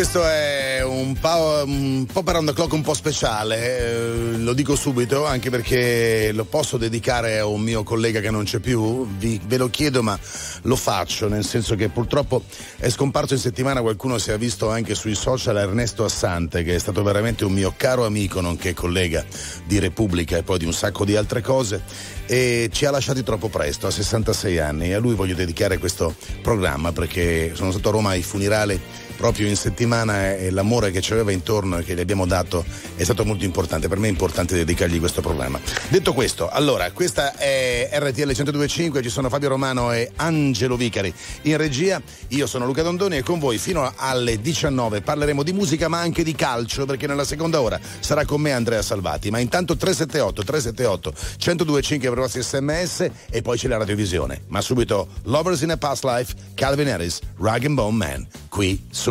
questo è un po' per on the clock un po' speciale, lo dico subito anche perché lo posso dedicare a un mio collega che non c'è più, ve lo chiedo ma lo faccio, nel senso che purtroppo è scomparso in settimana, qualcuno si è visto anche sui social, Ernesto Assante, che è stato veramente un mio caro amico nonché collega di Repubblica e poi di un sacco di altre cose, e ci ha lasciati troppo presto, a 66 anni, e a lui voglio dedicare questo programma perché sono stato a Roma ai funerali proprio in settimana e l'amore che ci aveva intorno e che gli abbiamo dato è stato molto importante. Per me è importante dedicargli questo programma. Detto questo, allora, questa è RTL 102.5, ci sono Fabio Romano e Angelo Vicari in regia, io sono Luca Dondoni e con voi fino alle 19 parleremo di musica ma anche di calcio, perché nella seconda ora sarà con me Andrea Salvati, ma intanto 378 102.5 per i vostri SMS e poi c'è la radiovisione, ma subito Lovers in a Past Life, Calvin Harris, Rag and Bone Man, qui su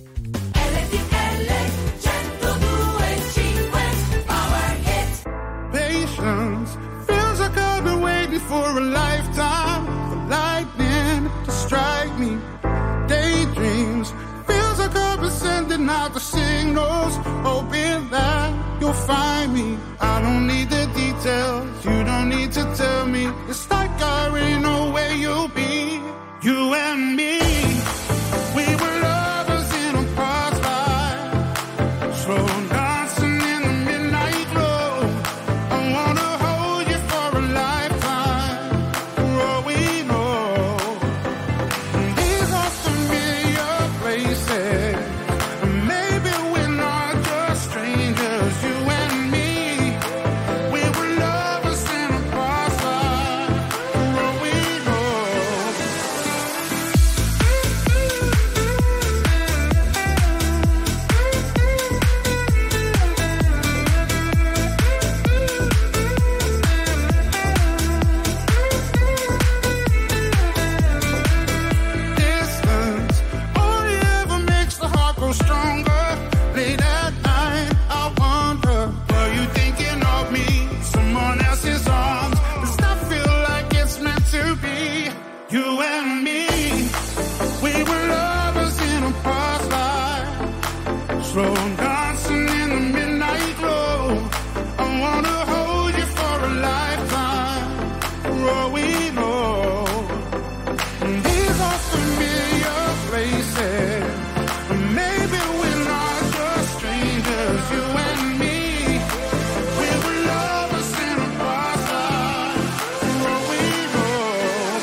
Patience feels like I've been waiting for a lifetime for lightning to strike me. Daydreams feels like I've been sending out the signals, hoping that you'll find me. I don't need the details, you don't need to tell me. It's like I already know where you'll be. You and me, we were lovers in a past life, slow dancing in the midnight glow. I wanna hold you for a lifetime, for all we know. These are familiar places, and maybe we're not just strangers. You and me, we were lovers in a past life, for all we know. Distance only ever makes the heart grow stronger. Late at night, I wonder, are you thinking of me? Someone else's arms. Does that feel like it's meant to be? You and me, we were lovers in a past life, slow dancing in the midnight glow. I wanna hold you for a lifetime, for all we know. These are familiar places, and maybe we're not just strangers. You and me, we were lovers in a past life, for all we know.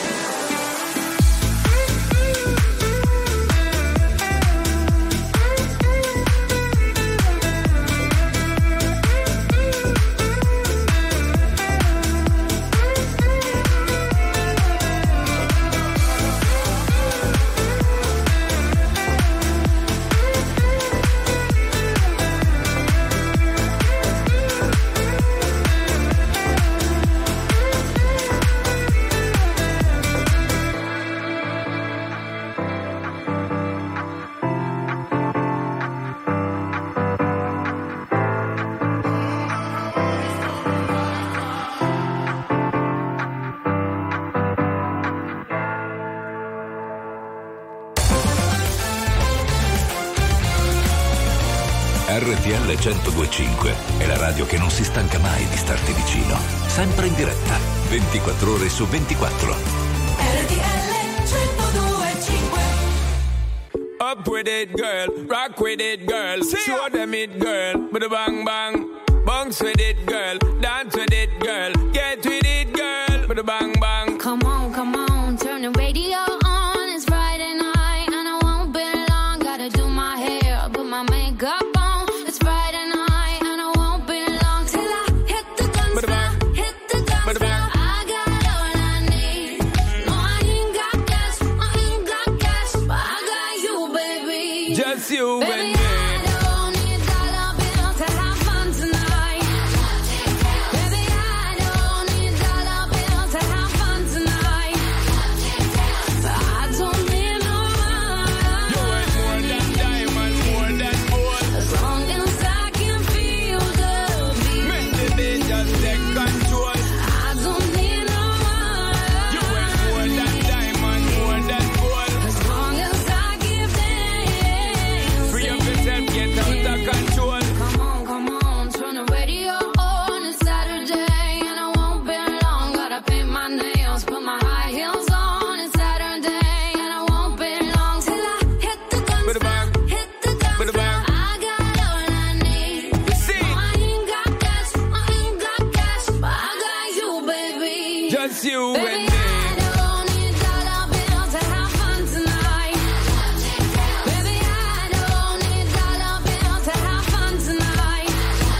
RTL 102.5 è la radio che non si stanca mai di starti vicino, sempre in diretta, 24 ore su 24. RTL 102.5. Up with it, girl. Rock with it, girl. Show them it, girl. With a bang bang. Bounce with it, girl. Dance with it, girl. Get with it, girl. With a bang bang. Come on, turn the radio on. It's Friday night and I won't be long. Gotta do my hair, put my makeup on. It's Friday night and I won't be long till I hit the dance floor, hit the dance floor. I got all I need. No, I ain't got cash, but I got you, baby. Just you Baby, and me. I don't need dollar bills to have fun tonight. Baby, I just you Baby, and me. I don't need dollar bills to have fun tonight. Baby, I don't need dollar bills to have fun tonight.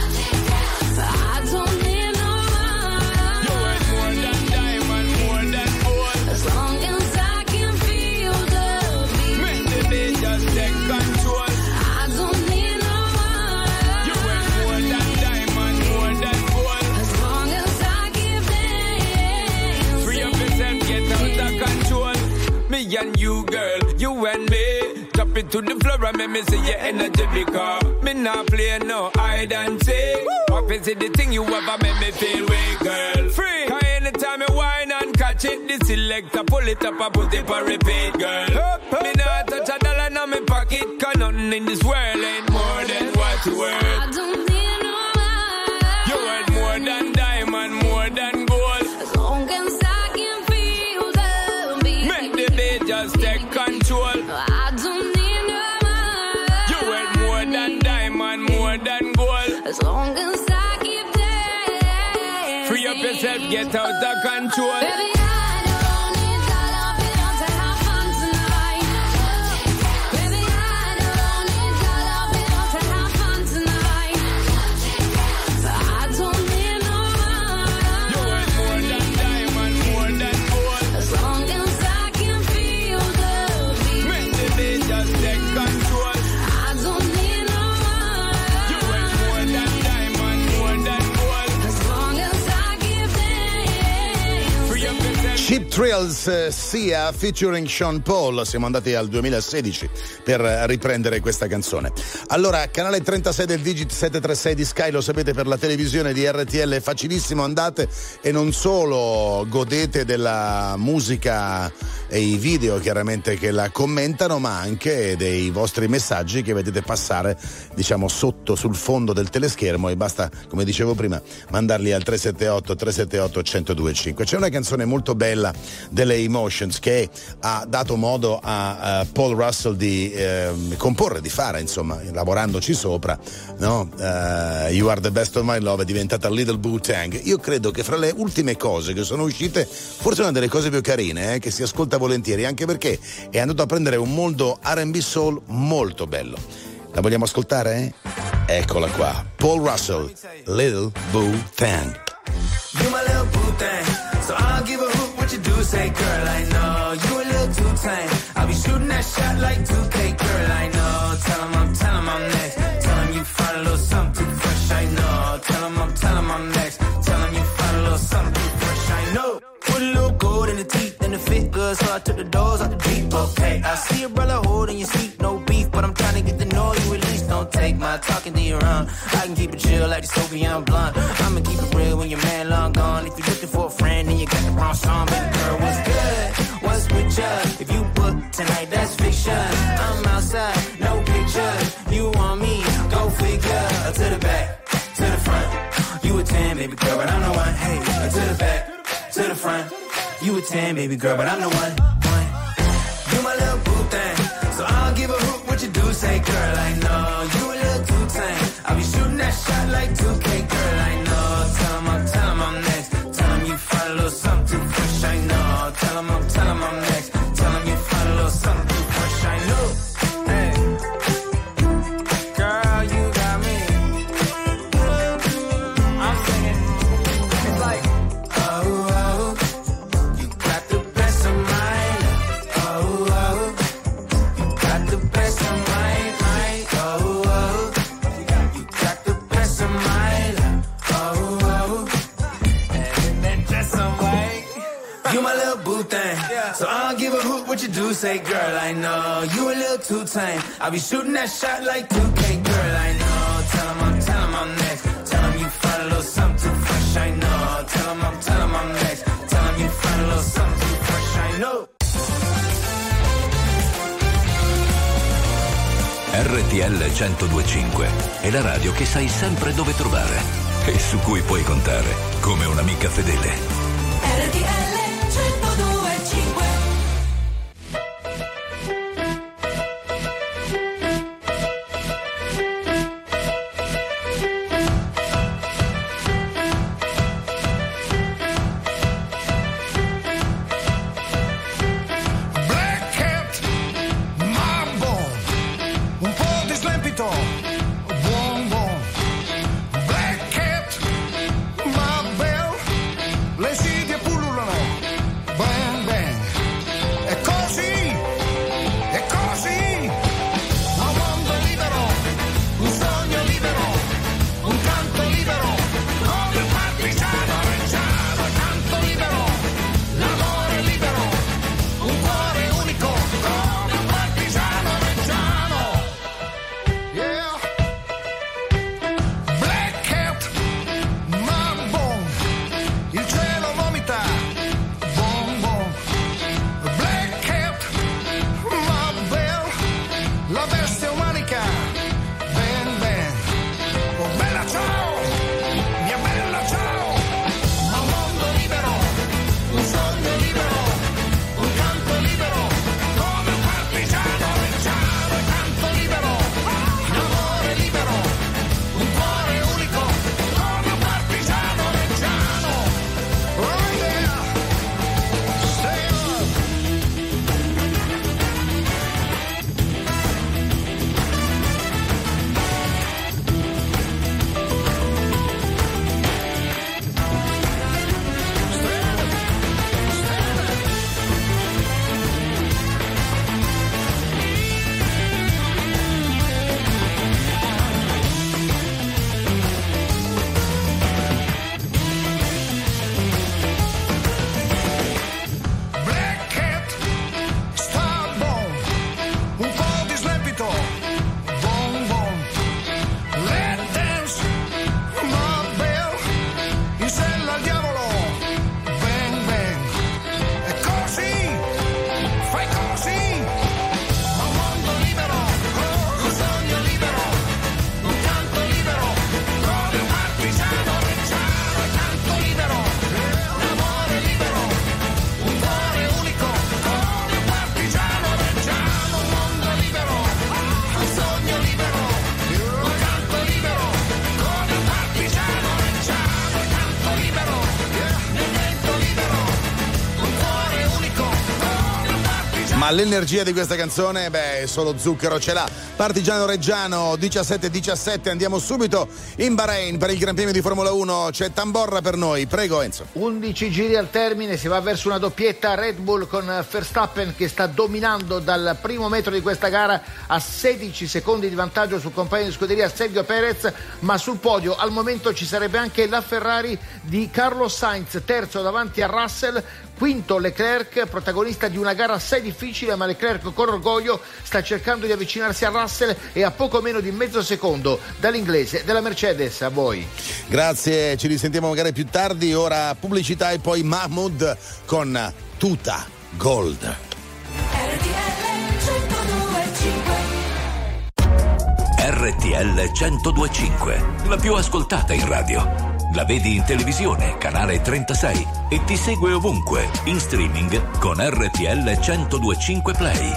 I don't need no money. You worth more than diamond, more than gold. As long as I can feel the beat. Make the beat just take control. I don't need no money. You worth more than diamond, more than gold. As long as I give in. Free up yourself, get out of control. Me and you, girl, you and me. Drop it to the floor and make me see your energy because me not play no hide and seek. What is it the thing you ever make me feel way, girl? Free. Cause anytime you whine and catch it, the selector pull it up and put it on repeat, girl. Me not touch a dollar in my pocket, cause nothing in this world ain't more than what you worth. I don't need no money. You worth more than diamond, more than gold. As long as I can feel the beat. Make the beat just take control. I don't need no money. You worth more than diamond, more than gold. As long as I keep dancing. Free up yourself, get out of control. Baby, I don't need dollar bills to have fun tonight. Baby, I don't need dollar bills to have fun tonight. I don't need no You money. worth more than diamond, more than gold. As long as I can feel the beat. Make the beat just take control. I don't need no You money. worth more than diamond, more than gold. As long as I give in. Free up yourself. Cheap Thrills, Sia featuring Sean Paul. Siamo andati al 2016 per riprendere questa canzone. Allora, canale 36 del Digit 736 di Sky, lo sapete, per la televisione di RTL è facilissimo, andate e non solo godete della musica e i video chiaramente che la commentano, ma anche dei vostri messaggi che vedete passare, diciamo, sotto sul fondo del teleschermo, e basta, come dicevo prima, mandarli al 378 1025. C'è una canzone molto bella delle Emotions che ha dato modo a Paul Russell di comporre, di fare, insomma, lavorandoci sopra, no? You Are the Best of My Love è diventata Little Boo Tang. Io credo che fra le ultime cose che sono uscite, forse una delle cose più carine, che si ascolta volentieri, anche perché è andato a prendere un mondo R&B soul molto bello. La vogliamo ascoltare? Eccola qua, Paul Russell, Little Boo Tang. You my little boo thing, so I'll give a hoot what you do. Say, girl, I know you a little too tame. I'll be shooting that shot like 2K, girl, I know. Tell 'em I'm next. Tell 'em you find a little something too fresh, I know. Tell 'em I'm next. Tell 'em you find a little something too fresh, I know. Put a little gold in the teeth and the fit good, so I took the doors out the Jeep. Okay, I see a brother holding your seat, no beef, but I'm trying to get to know you at least. Don't take my talking to your own. I can keep it chill like the Soviet blunt. I'ma keep it real when your man long gone. If you're looking for a friend and you got the wrong song, baby girl, what's good? What's with ya? If you book tonight, that's fiction. I'm outside, no pictures. You want me? Go figure. To the back, to the front. You a 10, baby girl, but I'm the one. Hey, to the back, to the front. You a 10, baby girl, but I'm the one. You my little boo thing, so I'll give a hoot what you do. Say, girl, I know you a little too tame. I'll be shooting that shot like 2K, girl, I know. Tell 'em I'm next. Tell 'em you find a little something too fresh, I know. Tell 'em I'm next. Tell 'em you find a little something too fresh, I know. Hey, girl, you got me. I'm singing. It's like, oh, you got the best of mine. Oh, you got the best of mine. Oh, you got the best of mine. Oh, and that dress on white. You my little boo thing, so I don't give a hoot what you do. Say, girl, I know you a little too tame. I'll be shooting that shot like 2K, girl, I know. Tell 'em I'm next. Tell 'em you find a little something too fresh, I know. Tell 'em I'm next. Tell 'em you find a little something too fresh, I know. RTL 1025 è la radio che sai sempre dove trovare e su cui puoi contare come un'amica fedele. RTL 1025. Ma l'energia di questa canzone, solo Zucchero ce l'ha. Partigiano Reggiano 17-17, andiamo subito in Bahrain per il Gran Premio di Formula 1. C'è Tamborra per noi, prego Enzo. 11 giri al termine, si va verso una doppietta Red Bull con Verstappen che sta dominando dal primo metro di questa gara a 16 secondi di vantaggio sul compagno di scuderia Sergio Perez, ma sul podio al momento ci sarebbe anche la Ferrari di Carlos Sainz, terzo davanti a Russell, quinto Leclerc, protagonista di una gara assai difficile, ma Leclerc con orgoglio sta cercando di avvicinarsi a Russell e a poco meno di mezzo secondo dall'inglese della Mercedes. A voi. Grazie, ci risentiamo magari più tardi. Ora pubblicità e poi Mahmood con Tuta Gold. RTL 102.5, la più ascoltata in radio. La vedi in televisione, canale 36, e ti segue ovunque, in streaming con RTL 102.5 Play.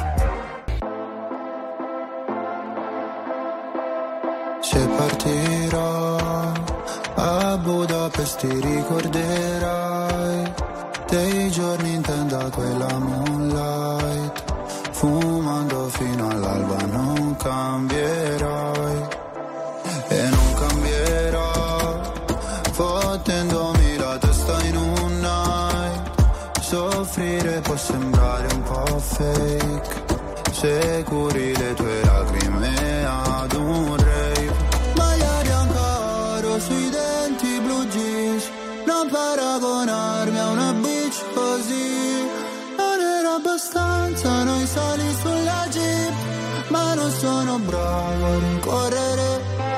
Se partirò a Budapest ti ricorderai dei giorni in tenda quella moonlight, fumando fino all'alba non cambierai e non cambierò, fottendomi la testa in un night. Soffrire può sembrare un po' fake se curi le tue lacrime ad un rave. Magliari ancora sui denti, blue jeans, non paragonarmi a una bitch così. Non era abbastanza noi sali sulla jeep, ma non sono bravo a rincorrere.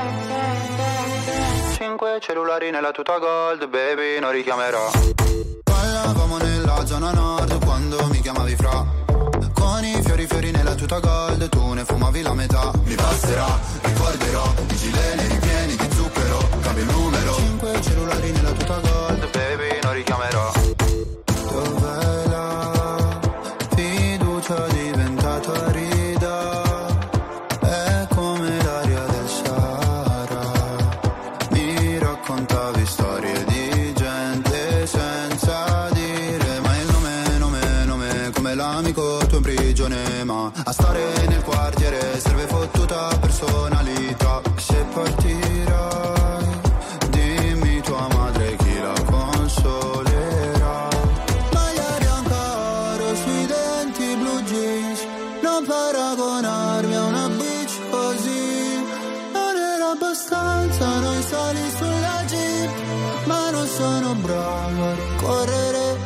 5 cellulari nella tuta gold, baby, non richiamerò. Parlavamo nella zona nord quando mi chiamavi fra. Con i fiori nella tuta gold, tu ne fumavi la metà. Mi passerà, ricorderò, i gileni ripieni di zucchero, cambio il numero. 5 cellulari nella tuta gold, baby, non richiamerò. Dov'è la fiducia diventata rida? È come l'aria del Sahara. Mi raccontavi storie di gente senza dire mai il nome, come l'amico tuo in prigione. Ma a stare nel quartiere serve fottuta personalità. Se partirai, dimmi tua madre chi la consolerà. Magliari ancora sui denti, blue jeans, non paragonarmi a una bitch così. Non era abbastanza noi sali sulla jeep, ma non sono bravo a correre.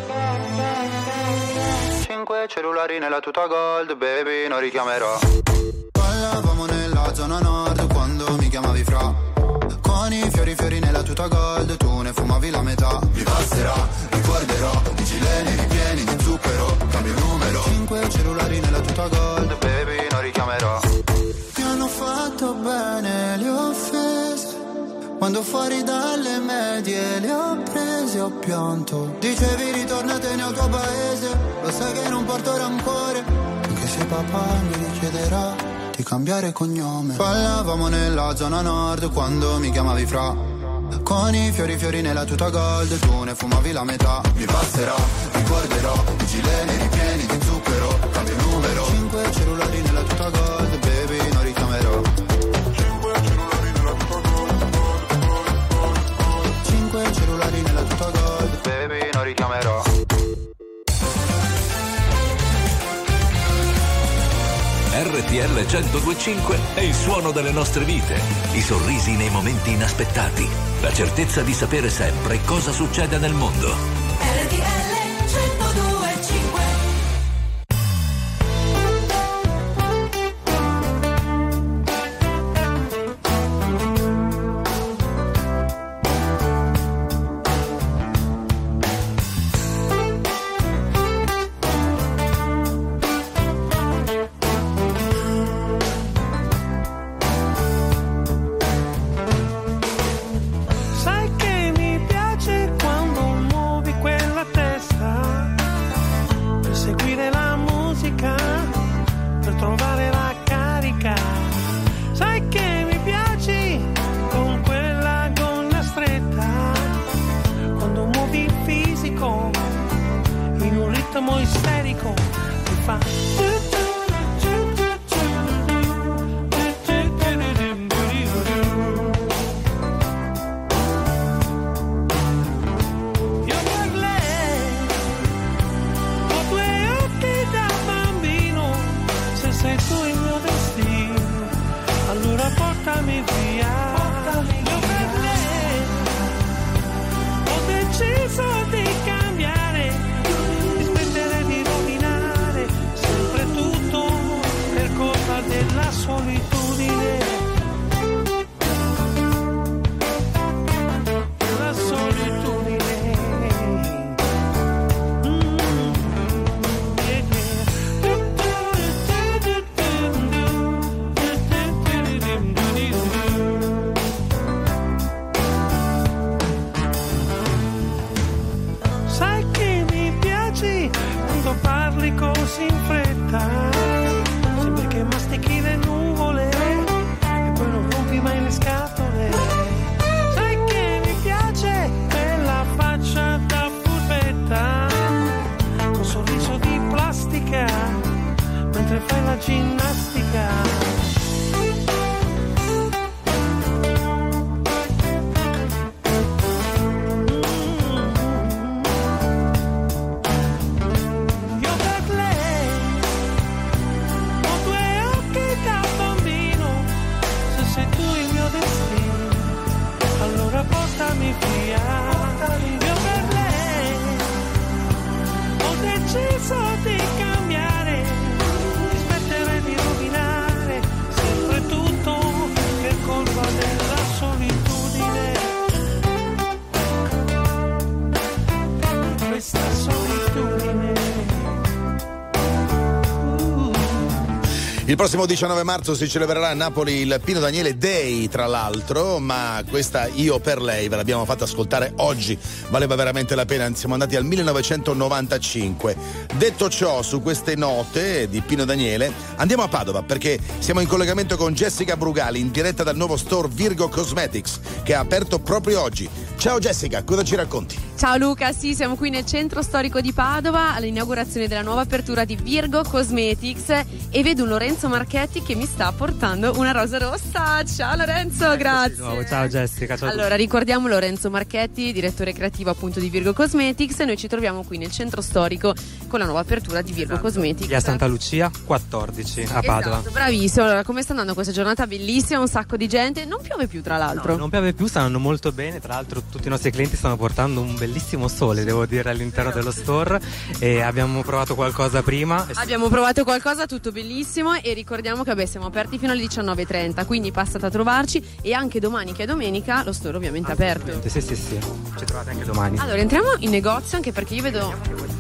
5 cellulari nella tuta gold, baby, non richiamerò. Parlavamo nella zona nord quando mi chiamavi fra. Con i fiori nella tuta gold, tu ne fumavi la metà. Mi passerà, ricorderò, i gileni ripieni di zucchero, cambio il numero. 5 cellulari nella tuta gold, baby, non richiamerò. Mi hanno fatto bene le offese, quando fuori dalle medie le ho prese, ho pianto. Dicevi ritornatene al tuo paese, lo sai che non porto rancore, anche se papà mi richiederà di cambiare cognome. Parlavamo nella zona nord quando mi chiamavi fra. Con i fiori nella tuta gold, tu ne fumavi la metà. Mi passerà, ricorderò, i gileni ripieni di zucchero, cambio il numero. 5 cellulari nella tuta gold, baby, non richiamerò. 5 cellulari nella tuta gold, baby, non richiamerò. RTL 102.5 è il suono delle nostre vite, i sorrisi nei momenti inaspettati, la certezza di sapere sempre cosa succede nel mondo. RTL 102.5. Sai che mi piace quando muovi quella testa per seguire la musica, per trovare la carica. Sai che mi piaci con quella gonna stretta, quando muovi il fisico in un ritmo isterico, mi fa così in fretta, sembra che mastichi le nuvole e poi non rompi mai le scatole. Sai che mi piace quella faccia da furbetta, con sorriso di plastica, mentre fai la ginnastica. Portami via, io per lei ho deciso di cambiare, di smettere di rovinare sempre tutto per colpa della solitudine, questa solitudine. Il prossimo 19 marzo si celebrerà a Napoli il Pino Daniele Day, tra l'altro, ma questa Io per lei ve l'abbiamo fatta ascoltare oggi, valeva veramente la pena, siamo andati al 1995. Detto ciò, su queste note di Pino Daniele andiamo a Padova perché siamo in collegamento con Jessica Brugali in diretta dal nuovo store Virgo Cosmetics che ha aperto proprio oggi. Ciao Jessica, cosa ci racconti? Ciao Luca, sì, siamo qui nel centro storico di Padova all'inaugurazione della nuova apertura di Virgo Cosmetics e vedo un Lorenzo Marchetti che mi sta portando una rosa rossa. Ciao Lorenzo, grazie. Ciao Jessica. Ciao. Allora, ricordiamo Lorenzo Marchetti, direttore creativo appunto di Virgo Cosmetics, e noi ci troviamo qui nel centro storico con la nuova apertura di Virgo Cosmetics. Via Santa Lucia 14 a Padova. Esatto, bravissimo. Allora, come sta andando questa giornata bellissima? Un sacco di gente, non piove più tra l'altro. No, non piove più, sta andando molto bene, tra l'altro tutti i nostri clienti stanno portando un bellissimo sole, devo dire, all'interno dello store, e abbiamo provato qualcosa prima. Abbiamo provato qualcosa, tutto bellissimo, e ricordiamo che siamo aperti fino alle 19:30, quindi passate a trovarci, e anche domani che è domenica lo store ovviamente è aperto. Sì, ci trovate anche domani. Allora entriamo in negozio, anche perché io vedo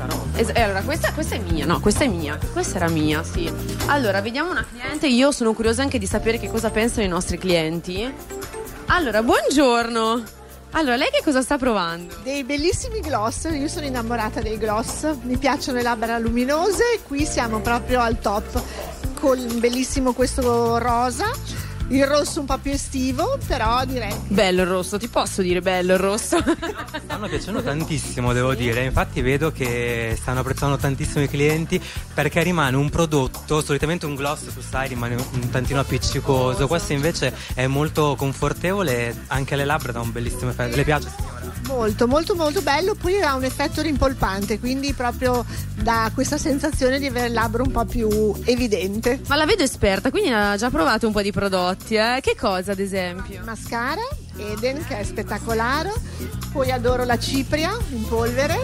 allora questa è mia, no, questa è mia, questa era mia, sì. Allora vediamo una cliente, io sono curiosa anche di sapere che cosa pensano i nostri clienti. Allora, buongiorno. Allora, lei che cosa sta provando? Dei bellissimi gloss, io sono innamorata dei gloss, mi piacciono le labbra luminose, qui siamo proprio al top, con bellissimo questo rosa, il rosso un po' più estivo, però direi... Bello il rosso, ti posso dire bello il rosso? Stanno piacendo tantissimo, devo dire, infatti vedo che stanno apprezzando tantissimo i clienti, perché rimane un prodotto, solitamente un gloss tu sai rimane un tantino appiccicoso, questo invece è molto confortevole, anche alle labbra dà un bellissimo effetto. Le piace signora? Molto, molto, molto bello, poi ha un effetto rimpolpante, quindi proprio dà questa sensazione di avere il labbro un po' più evidente. Ma la vedo esperta, quindi ha già provato un po' di prodotti, Che cosa ad esempio? Mascara Eden, che è spettacolare, poi adoro la cipria in polvere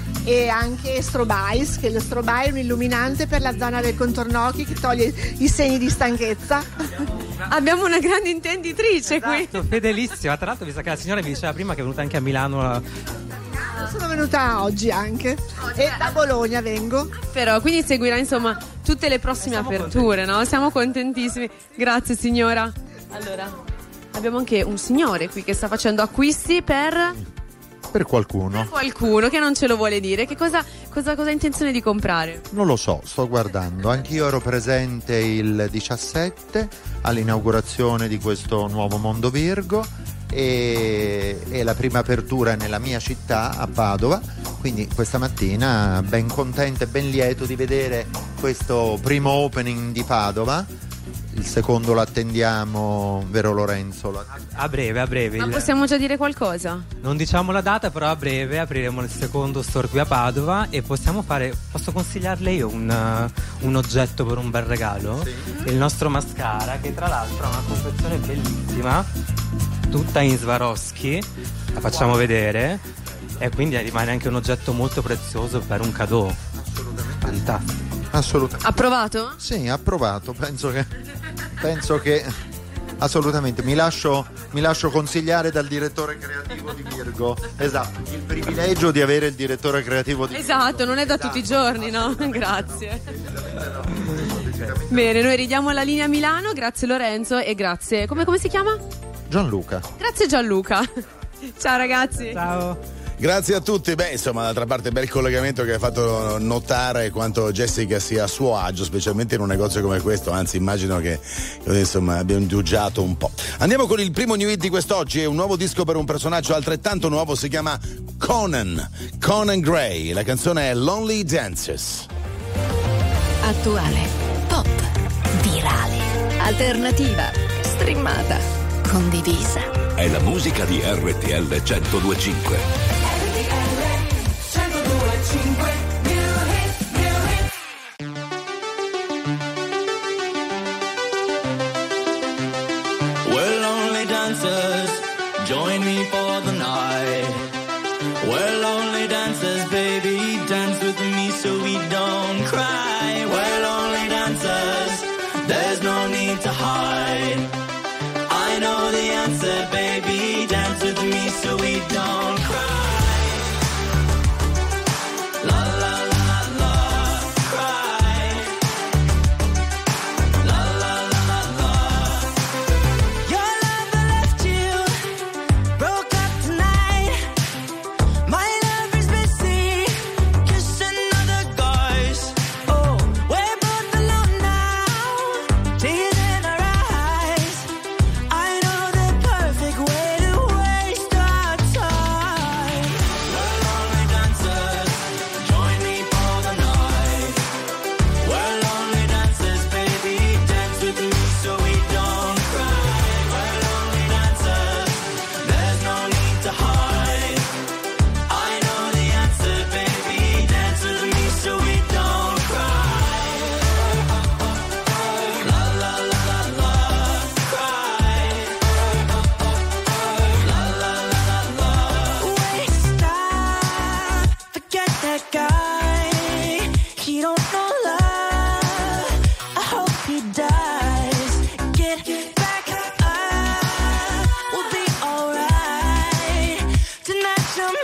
e anche Strobice, che lo Strobice è un illuminante per la zona del contorno occhi che toglie i segni di stanchezza. Abbiamo una grande intenditrice qui. Fedelissima, tra l'altro mi sa che la signora mi diceva prima che è venuta anche a Milano. Sono venuta oggi anche e da Bologna vengo. Però quindi seguirà insomma tutte le prossime aperture, no? Siamo contentissimi. Grazie signora. Allora, abbiamo anche un signore qui che sta facendo acquisti per qualcuno. Qualcuno che non ce lo vuole dire. Che cosa ha intenzione di comprare? Non lo so, sto guardando. Anch'io ero presente il 17 all'inaugurazione di questo nuovo mondo Virgo e la prima apertura nella mia città a Padova, quindi questa mattina ben contento e ben lieto di vedere questo primo opening di Padova. Il secondo lo attendiamo, vero Lorenzo? A breve. Ma possiamo già dire qualcosa? Non diciamo la data, però a breve apriremo il secondo store qui a Padova e posso consigliarle io un oggetto per un bel regalo? Sì. Il nostro mascara, che tra l'altro ha una confezione bellissima, tutta in Swarovski, la facciamo vedere, e quindi rimane anche un oggetto molto prezioso per un cadeau. Assolutamente. Fantastico. Assolutamente. Approvato? Sì, approvato. Penso che assolutamente mi lascio consigliare dal direttore creativo di Virgo. Esatto, il privilegio di avere il direttore creativo di Virgo. Esatto, non è da tutti i giorni, no? Grazie. Bene, noi ridiamo la linea Milano, grazie Lorenzo e grazie. Come si chiama? Gianluca. Grazie Gianluca. Ciao ragazzi. Ciao. Grazie a tutti. Beh, insomma, d'altra parte bel collegamento che ha fatto notare quanto Jessica sia a suo agio, specialmente in un negozio come questo, anzi immagino che insomma abbia indugiato un po'. Andiamo con il primo new hit di quest'oggi, è un nuovo disco per un personaggio altrettanto nuovo, si chiama Conan Gray, la canzone è Lonely Dances. Attuale, pop, virale, alternativa, streamata, condivisa. È la musica di RTL 102.5. Well, lonely dancers, join me for the night. Well, lonely dancers, baby, dance with me so we don't cry. Well, lonely dancers, there's no need to hide. I know the answer, baby, dance with me so we don't cry. La la la la, cry. La la la la. Your lover left you, broke up tonight. My lover's busy kissing other guys. Oh, we're both alone now, tears in our eyes. I know the perfect way to waste our time. We're lonely dancers, join me for the night. We're lonely dancers, baby, dance with me so we don't cry. We're lonely dancers, there's no need to hide. I know the answer, baby, dance with me so we don't cry. La la la la la, cry. La la la la la. Waste time, forget that guy. He don't know love. I hope he dies. Get back up, we'll be alright. Tonight's your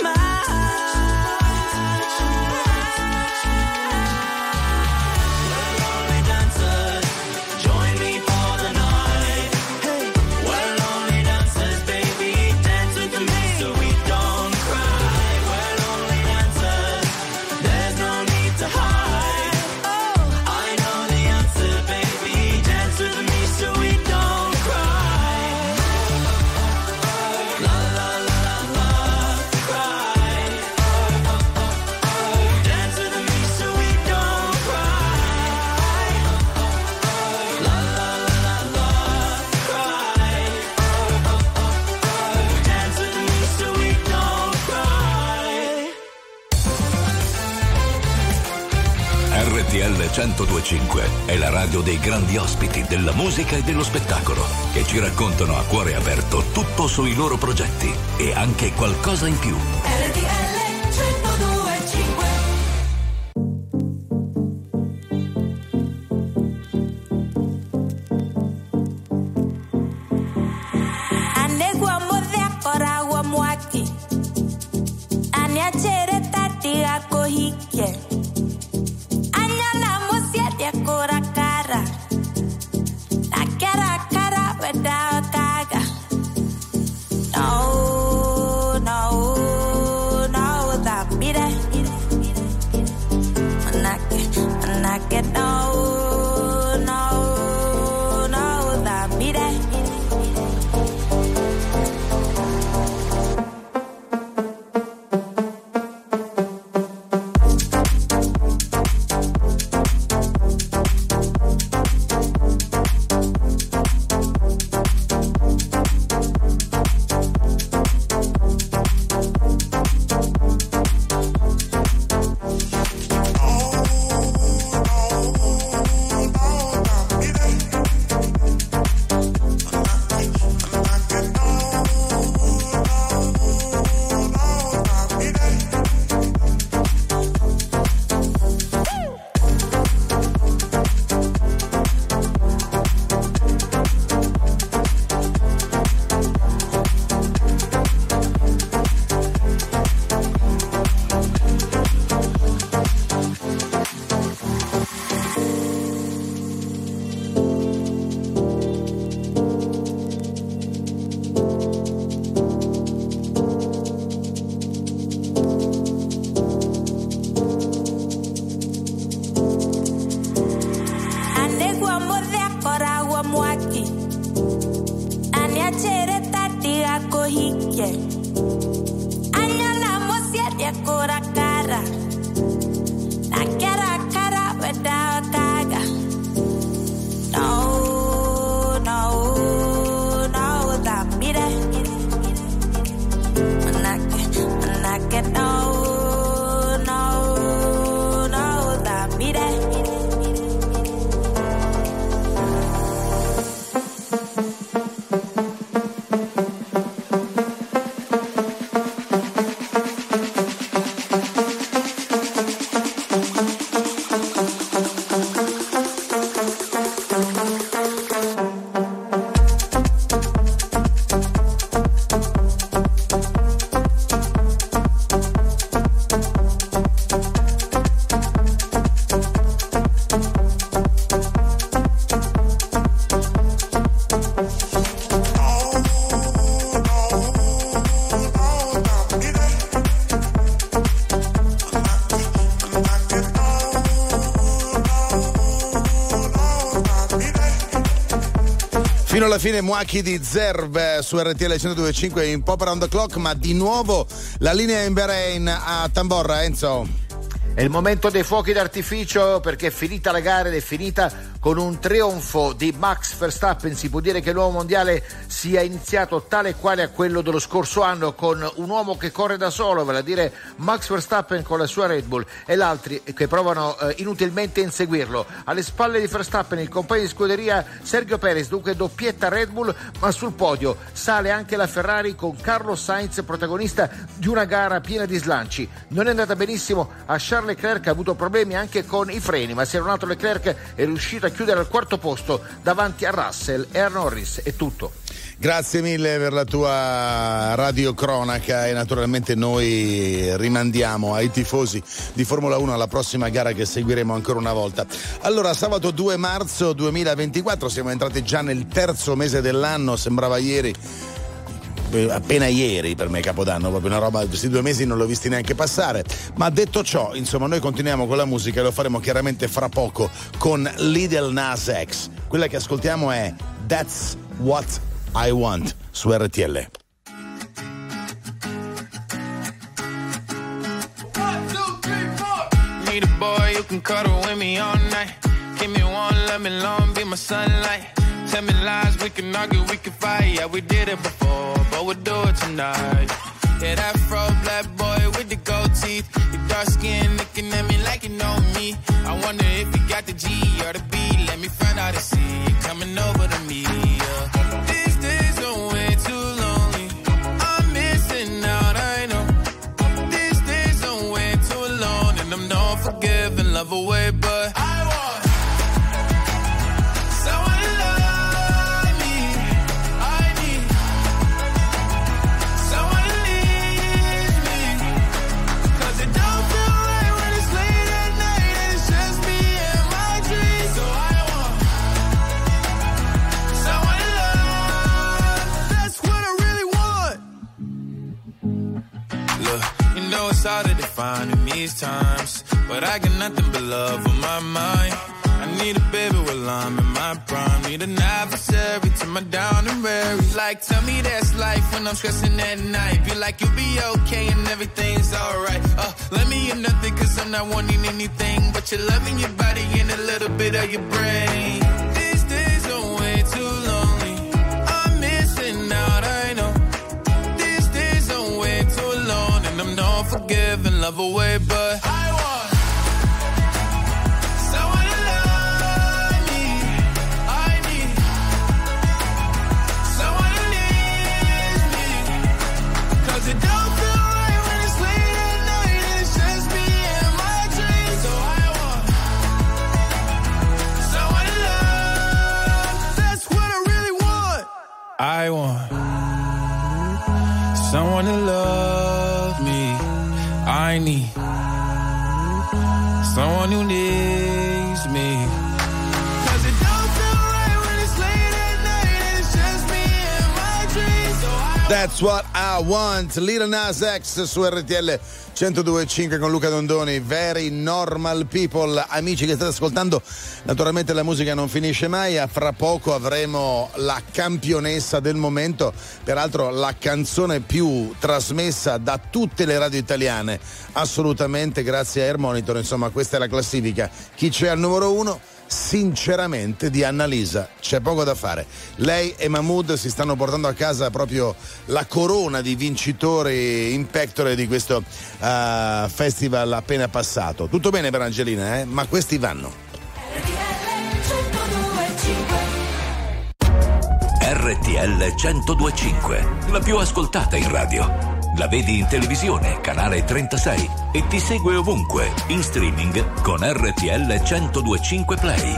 lonely dancers, join me for the night. Hey, we're lonely dancers, baby, dance with me so we don't cry. We're lonely dancers, there's no need to hide. Oh, I know the answer, baby, dance with me so we don't cry. La la la la la, cry. Dance with me so we don't cry. La la la la la, cry. Dance with me so we don't cry. RTL 102.5 è la radio dei grandi ospiti della musica e dello spettacolo che ci raccontano a cuore aperto tutto sui loro progetti e anche qualcosa in più. RTL 102.5. Anegwa modhe akora wa mwaki. Aniachere tati ako hike. Anyana musia de kora cara. Akara cara weda kaga. No, no, no, that beat it. Manake, no, no, no, that beat it. ancora cara. La cara cara without gaga. No, no, no, dammi re. Manake, no, no, no, dammi re. Fino alla fine Muacchi di Zerb su RTL 102.5 in Pop Around the Clock, ma di nuovo la linea in Bahrain a Tamborra. Enzo. È il momento dei fuochi d'artificio, perché è finita la gara ed è finita con un trionfo di Max Verstappen. Si può dire che il nuovo mondiale sia iniziato tale e quale a quello dello scorso anno, con un uomo che corre da solo, vale a dire Max Verstappen con la sua Red Bull, e gli altri che provano inutilmente a inseguirlo. Alle spalle di Verstappen il compagno di scuderia Sergio Perez, dunque doppietta Red Bull, ma sul podio sale anche la Ferrari con Carlos Sainz, protagonista di una gara piena di slanci. Non è andata benissimo a Charles Leclerc, ha avuto problemi anche con i freni, ma Sir Renato Leclerc è riuscito a chiudere al quarto posto davanti a Russell e a Norris. È tutto. Grazie mille per la tua radiocronaca, e naturalmente noi rimandiamo ai tifosi di Formula 1 alla prossima gara che seguiremo ancora una volta. Allora, sabato 2 marzo 2024, siamo entrati già nel terzo mese dell'anno, sembrava ieri, appena ieri per me Capodanno, proprio una roba, questi 2 mesi non l'ho visti neanche passare. Ma detto ciò, insomma, noi continuiamo con la musica e lo faremo chiaramente fra poco con Lil Nas X. Quella che ascoltiamo è That's What I Want su RTL. Need a boy who can cuddle with me all night. Give me one, let me long, be my sunlight. Tell me lies, we can argue, we can fight. Yeah, we did it before, but we'll do it tonight. Yeah, that fro black boy with the gold teeth. Your dark skin looking at me like you know me. I wonder if you got the G or the B. Let me find out and see you coming over to me. Yeah. These days are way too lonely. I'm missing out, I know. These days are way too alone, and I'm not forgiving, love away, but I want it's hard to define in these times, but I got nothing but love on my mind. I need a baby while I'm in my prime. Need an adversary to my down and weary. Like, tell me that's life when I'm stressing at night. Be like, you'll be okay and everything's alright. Let me hear nothing, cause I'm not wanting anything but your love and your body and a little bit of your brain. These days are way too lonely. I'm missing out, I know. These days are way too alone, and I'm not forgiving, love away, but I want someone to love me. I need someone who needs me, cause it don't feel right when it's late at night and it's just me and my dreams. So I want someone to love. That's what I really want. I want someone to love me. I need someone who needs me, cause it don't feel right when it's late at night and it's just me and my dreams. So I That's What I Want, Lil Nas X su RTL 102.5 con Luca Dondoni. Very Normal People. Amici che state ascoltando, naturalmente la musica non finisce mai. A fra poco avremo la campionessa del momento, peraltro la canzone più trasmessa da tutte le radio italiane, assolutamente grazie a Air Monitor. Insomma, questa è la classifica. Chi c'è al numero 1? Sinceramente di Annalisa, c'è poco da fare. Lei e Mahmood si stanno portando a casa proprio la corona di vincitori in pectore di questo festival appena passato. Tutto bene per Angelina, ma questi vanno. RTL 102.5, la più ascoltata in radio. La vedi in televisione, canale 36, e ti segue ovunque, in streaming con RTL 102.5 Play.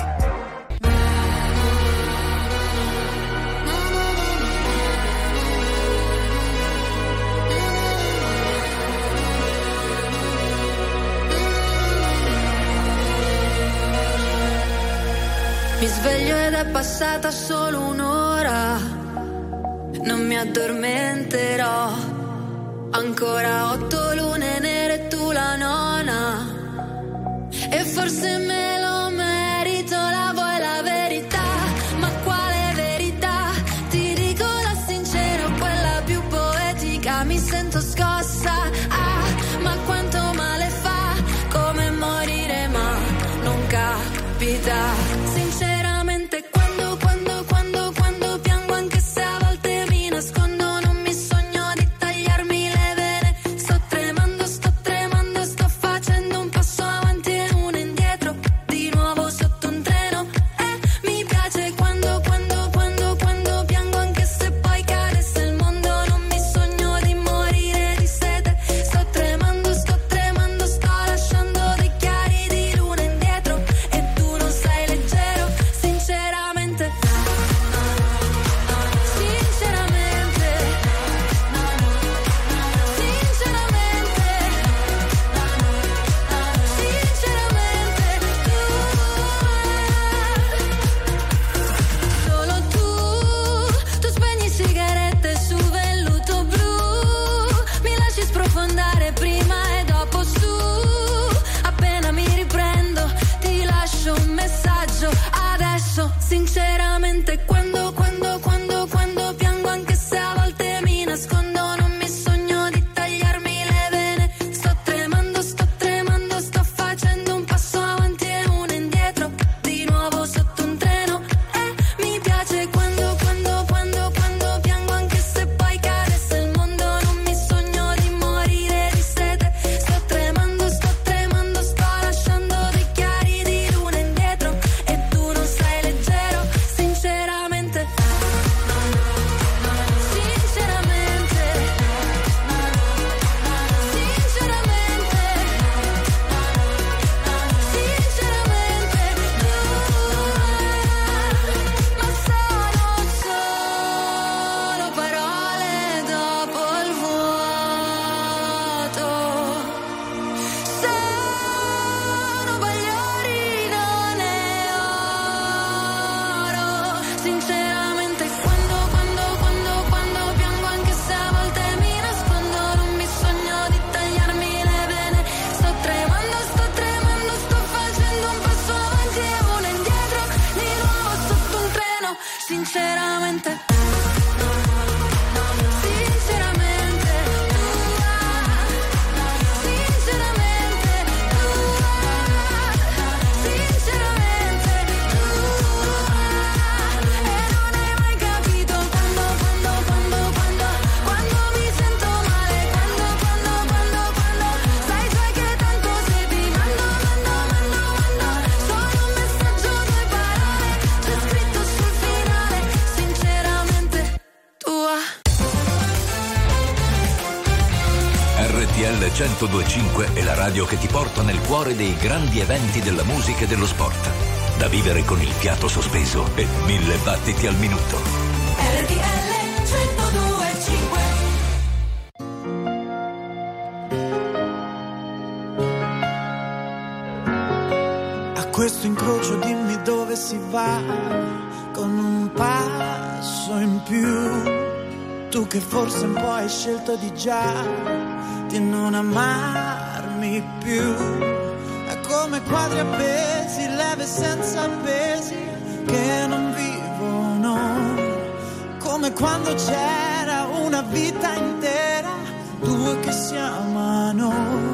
Mi sveglio ed è passata solo un'ora, non mi addormenterò. Ancora 8 lune nere e tu la nona, e forse me lo merito, la vuoi la verità? Ma quale verità? Ti dico la sincera, quella più poetica, mi sento scossa, ma quanto male fa, come morire ma non capita. Sinceramente quando piango, anche se a volte mi nascondo, non mi sogno di tagliarmi le vene. Sto tremando, sto facendo un passo avanti e uno indietro, di nuovo sotto un treno. Mi piace quando piango, anche se poi cadesse il mondo, non mi sogno di morire di sete. Sto tremando, sto lasciando dei chiari di luna indietro, e tu non sei leggero. Sinceramente, solo tu spegni sigarette su velluto blu, mi lasci sprofondare prima e dopo su, appena mi riprendo ti lascio un messaggio adesso. Sinceramente quando piango, anche se a volte mi nascondo, non mi sogno di tagliarmi le vene. Sto tremando, sto facendo un passo avanti e uno indietro, di nuovo sotto un treno. Mi piace quando piango, anche se poi cadesse il mondo, non mi sogno di morire di sete. Sto tremando, sto lasciando dei chiari di luna indietro, e tu non sei leggero. Sinceramente, ma sono solo parole dopo il vuoto, sono bagliori, non è oro. Sinceramente quando piango, anche se a volte mi nascondo, non mi sogno di tagliarmi le vene. Sto tremando, sto facendo un passo avanti e uno indietro, di nuovo sotto un treno. Sinceramente, quando mi sento male, sai già che tanto se ti mando solo un messaggio, 2 parole, c'è scritto sul finale. Sinceramente tua. RTL 102.5 è la radio che ti porta nel cuore dei grandi eventi della musica e dello sport. Da vivere con il fiato sospeso e 1000 battiti al minuto. RTL 102.5. A questo incrocio dimmi dove si va, con un passo in più. Tu che forse un po' hai scelto di già di non amarmi più. È come quadri appesi, leve senza pesi che non vivono. Come quando c'era una vita intera, due che si amano.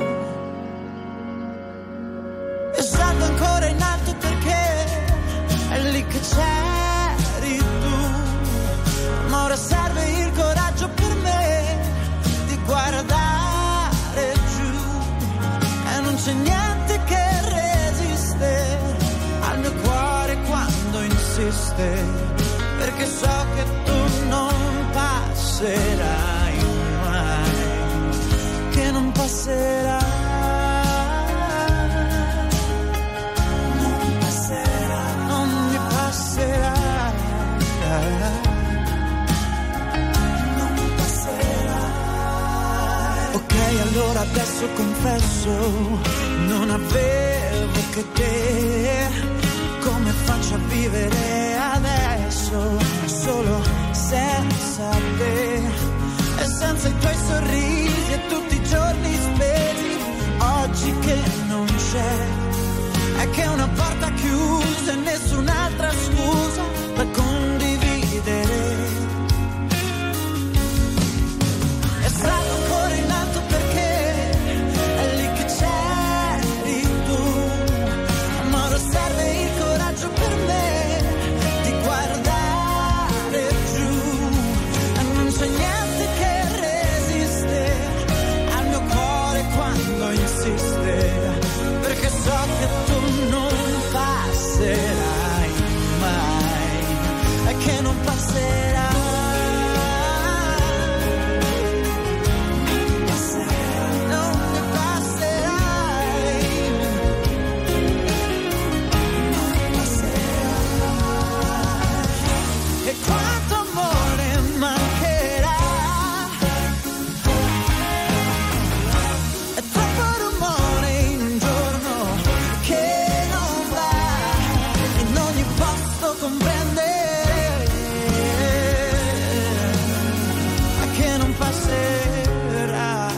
E salgo ancora in alto perché è lì che c'eri tu. Ma ora serve il coraggio per me di guardare giù. E non c'è niente che resiste al mio cuore quando insiste, perché so che tu non passerai mai, che non passerai, non passerai, non mi passerai, non passerai. Ok, allora adesso confesso, non avevo che te. Come faccio a vivere adesso, solo senza te, e senza i tuoi sorrisi e tutti i giorni spesi. Oggi che non c'è, è che una porta chiusa e nessun'altra scusa per condividere. E salgo ancora in alto perché è lì che c'eri tu. Ma ora serve il coraggio per me di guardare giù. E non c'è niente che resiste al mio cuore quando insiste, perché so che tu non passerai mai, e che non passerai. E quanto amore mancherà, è troppo rumore in un giorno che non va, in ogni posto comprendere che non passerà.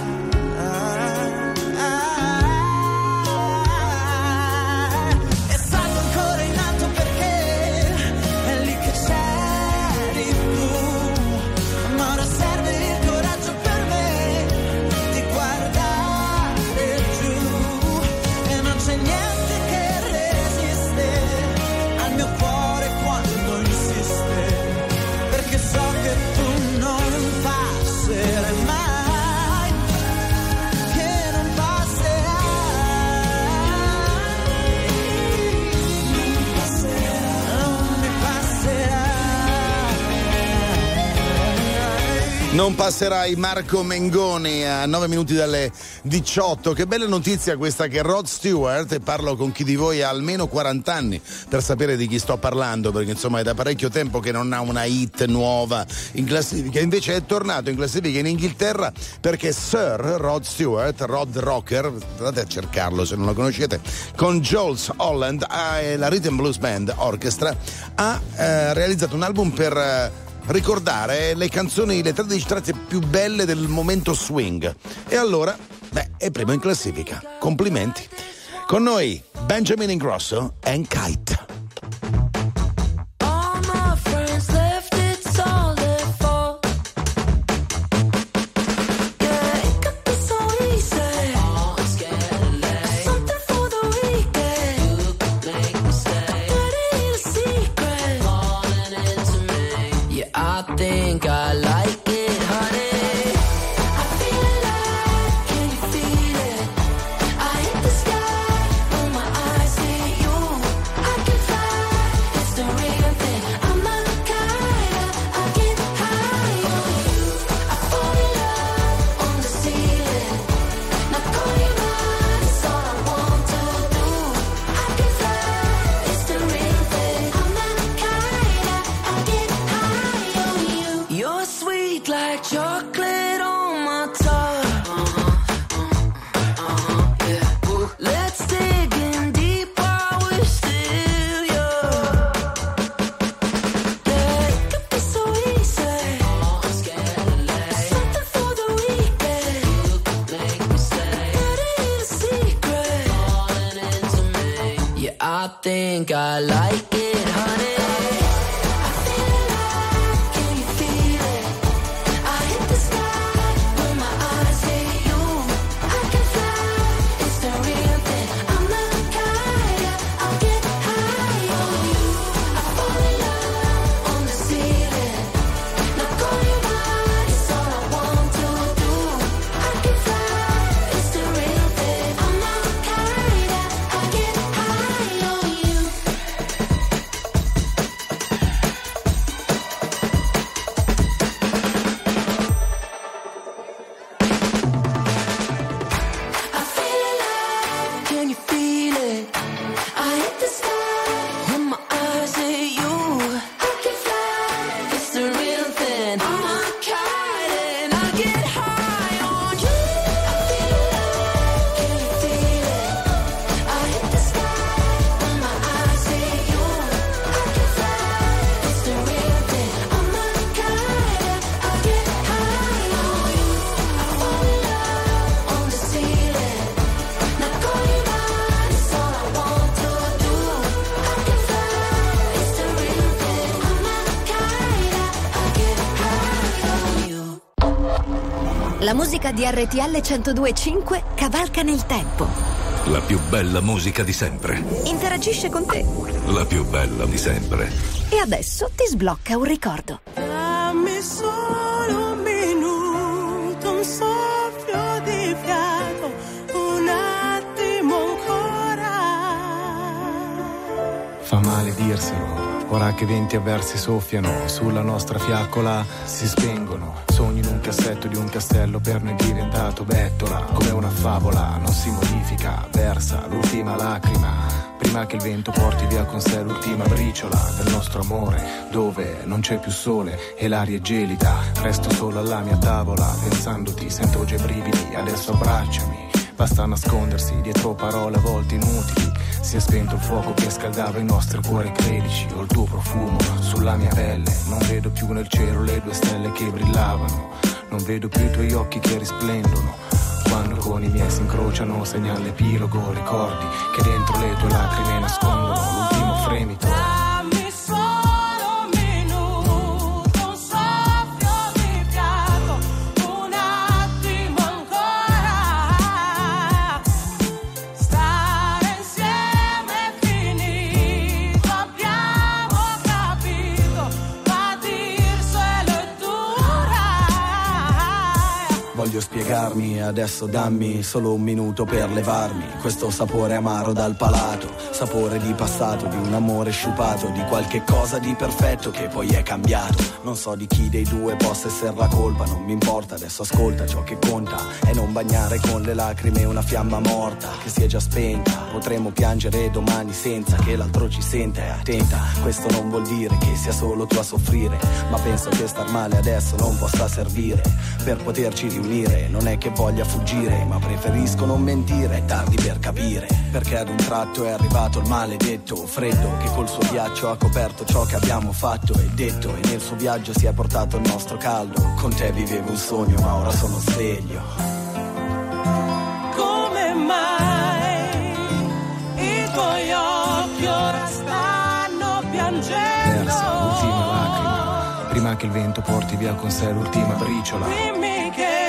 E salgo ancora in alto perché è lì che c'è. Ma ora serve il coraggio per me di guardare giù. E non c'è niente che resiste al mio cuore quando insiste, perché so che tu non passerai mai, che non passerai, non mi passerai. Non passerai, Marco Mengoni, a 9 minuti dalle 18. Che bella notizia questa, che Rod Stewart, e parlo con chi di voi ha almeno 40 anni per sapere di chi sto parlando, perché insomma è da parecchio tempo che non ha una hit nuova in classifica. Invece è tornato in classifica in Inghilterra perché Sir Rod Stewart, Rod Rocker, andate a cercarlo se non lo conoscete, con Jules Holland e la Rhythm Blues Band Orchestra, ha realizzato un album per ricordare le canzoni, le 13 tracce più belle del momento swing. E allora, è primo in classifica. Complimenti. Con noi Benjamin Ingrosso and Kite. All my friends left, it's all their fault. Yeah, it could be so easy. Something for the weekend. You make me stay. Dirty little secret. Falling into me. Yeah, I think I like it, honey. I feel alive, can you feel it? I hit the sky, when my eyes hit you. I can I think I like it, honey. La musica di RTL 102.5 cavalca nel tempo. La più bella musica di sempre. Interagisce con te. La più bella di sempre. E adesso ti sblocca un ricordo. Dammi solo un minuto, un soffio di fiato, un attimo ancora. Fa male dirselo. Ora che venti avversi soffiano sulla nostra fiaccola, si spengono. Sogni in un cassetto di un castello per noi diventato bettola. Come una favola, non si modifica, versa l'ultima lacrima. Prima che il vento porti via con sé l'ultima briciola del nostro amore, dove non c'è più sole e l'aria è gelida. Resto solo alla mia tavola, pensandoti, sento già i brividi, adesso abbracciami. Basta nascondersi dietro parole a volte inutili. Si è spento il fuoco che scaldava i nostri cuori, credici. Ho il tuo profumo sulla mia pelle. Non vedo più nel cielo le due stelle che brillavano. Non vedo più i tuoi occhi che risplendono. Quando con i miei si incrociano segna l'epilogo. Ricordi che dentro le tue lacrime nascondono l'ultimo fremito. Voglio spiegarmi, adesso dammi solo un minuto per levarmi questo sapore amaro dal palato, sapore di passato, di un amore sciupato, di qualche cosa di perfetto che poi è cambiato. Non so di chi dei due possa essere la colpa, non mi importa, adesso ascolta, ciò che conta è non bagnare con le lacrime una fiamma morta che si è già spenta. Potremmo piangere domani senza che l'altro ci senta. Attenta, questo non vuol dire che sia solo tu a soffrire, ma penso che star male adesso non possa servire per poterci riunire. Non è che voglia fuggire, ma preferisco non mentire, è tardi per capire perché ad un tratto è arrivato il maledetto freddo che col suo ghiaccio ha coperto ciò che abbiamo fatto e detto, e nel suo viaggio si è portato il nostro caldo. Con te vivevo un sogno ma ora sono sveglio. Come mai i tuoi occhi ora stanno piangendo? Versa l'ultima lacrima, prima che il vento porti via con sé l'ultima briciola. Dimmi che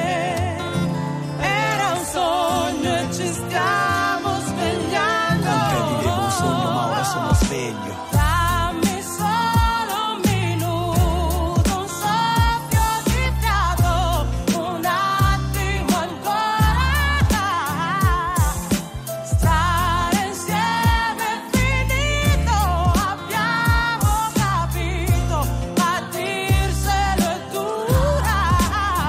era un sogno e ci stiamo svegliando. Con te vivevo un sogno ma ora sono sveglio. Dammi solo un minuto, un soffio di fiato, un attimo ancora. Stare insieme è finito, abbiamo capito, ma dirselo è dura.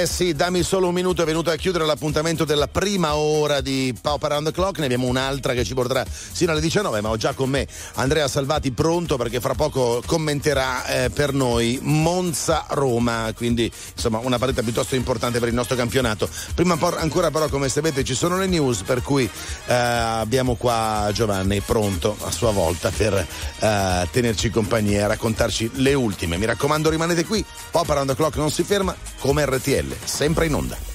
Sì, dammi solo un minuto, è venuto a chiudere l'appuntamento della prima ora di Pop Around the Clock, ne abbiamo un'altra che ci porterà sino alle 19, ma ho già con me Andrea Salvati pronto perché fra poco commenterà per noi Monza-Roma, quindi insomma una partita piuttosto importante per il nostro campionato. Prima ancora però, come sapete, ci sono le news, per cui abbiamo qua Giovanni pronto a sua volta per tenerci compagnia e raccontarci le ultime. Mi raccomando, rimanete qui, Pop Around the Clock non si ferma, come RTL, sempre in onda.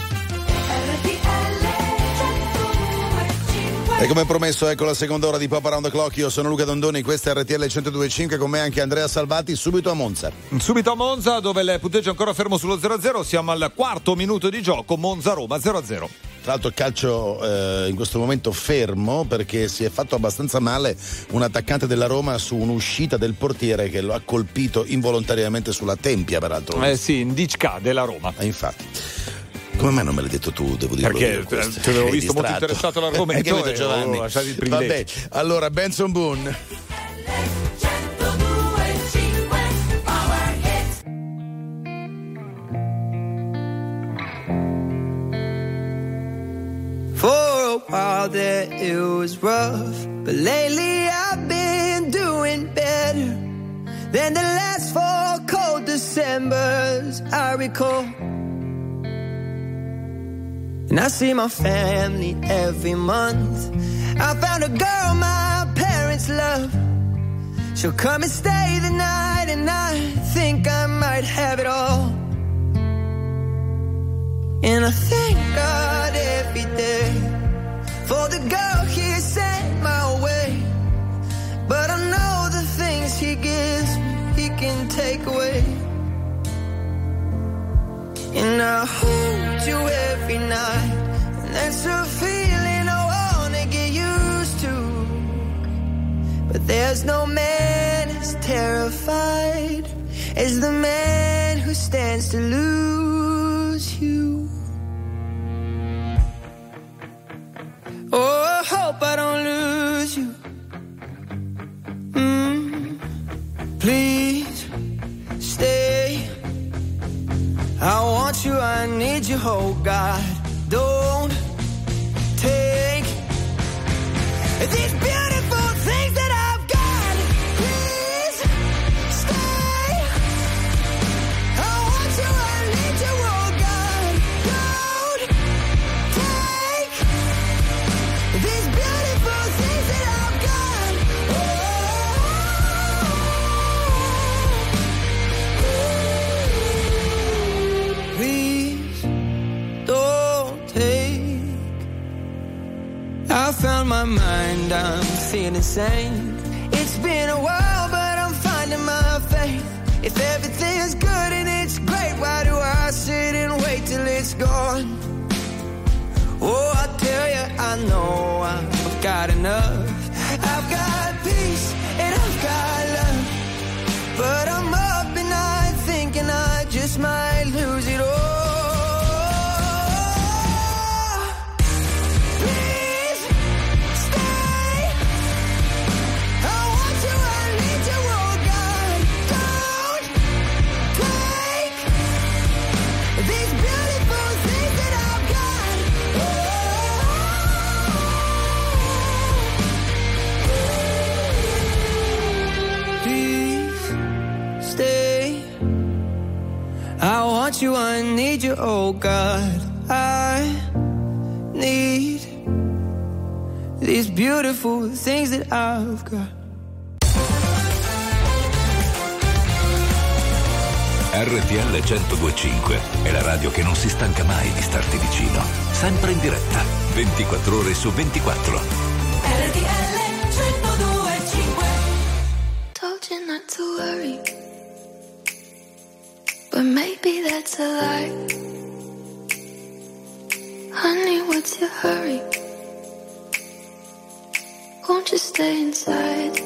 E come promesso, ecco la seconda ora di Pop Around the Clock. Io sono Luca Dondoni, questa è RTL 102.5, con me anche Andrea Salvati. Subito a Monza. Subito a Monza, dove il punteggio è ancora fermo sullo 0-0. Siamo al quarto minuto di gioco, Monza-Roma 0-0. Tra l'altro il calcio in questo momento fermo, perché si è fatto abbastanza male un attaccante della Roma su un'uscita del portiere che lo ha colpito involontariamente sulla tempia, peraltro. Sì, Ndicka della Roma. Infatti. Come mai non me l'hai detto tu? Devo dirlo perché io, ti avevo visto molto interessato all'argomento e Giovanni. Lasciati il privilegio. Vabbè, allora Benson Boone. For a while there it was rough, but lately I've been doing better than the last 4 cold Decembers I recall. And I see my family every month. I found a girl my parents love. She'll come and stay the night, and I think I might have it all. And I thank God every day for the girl He sent my way. But I know the things He gives me, He can take away. And I hold you every night, and that's a feeling I wanna get used to. But there's no man as terrified as the man who stands to lose you. Oh, I hope I don't lose you. Please stay. I want you, I need you, oh God. Don't take these beautiful things that I've got. Please stay. I want you, I need you, oh God. Don't take these beautiful things that I've got. Please don't take. I found my mind, I'm feeling sane. It's been a while, but I'm finding my faith. If everything's good and it's great, why do I sit and wait till it's gone? Oh, I tell you, I know I've got enough. I've got peace and I've got love, but I'm up and I'm thinking I just might lose it all. Please stay. I want you, I need you, oh God. Don't take these beautiful things that I've got. Please stay. I want you, I need you, oh God. I need these beautiful things that I've got. RTL 102.5 è la radio che non si stanca mai di starti vicino, sempre in diretta, 24 ore su 24. RTL 102.5. Told you not to worry, but maybe that's a lie. Honey, what's your hurry? Won't you stay inside?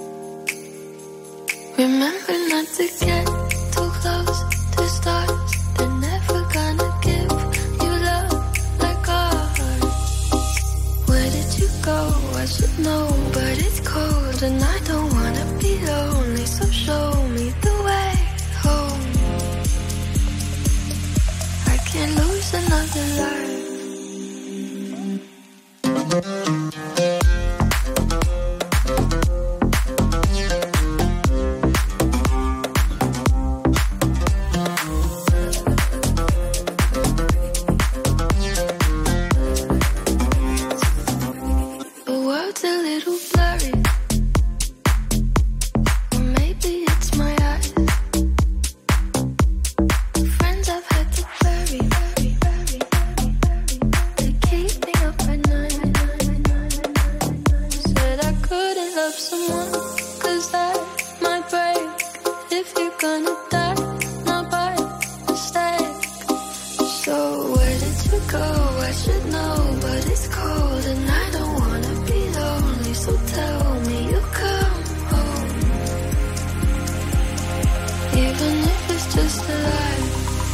Remember not to get too close to stars. They're never gonna give you love like ours. Where did you go? I should know, but it's cold and I don't wanna be lonely. So show me the way home. I The world's a little blurry. Or maybe it's my eyes. Friends I've had to bury. They keep me up at night. Said I couldn't love someone, 'cause that might break. If you're gonna die, not by mistake. So where did you go? I should know, but it's cold and I don't wanna be lonely. So tell me you'll come home, even if it's just a lie.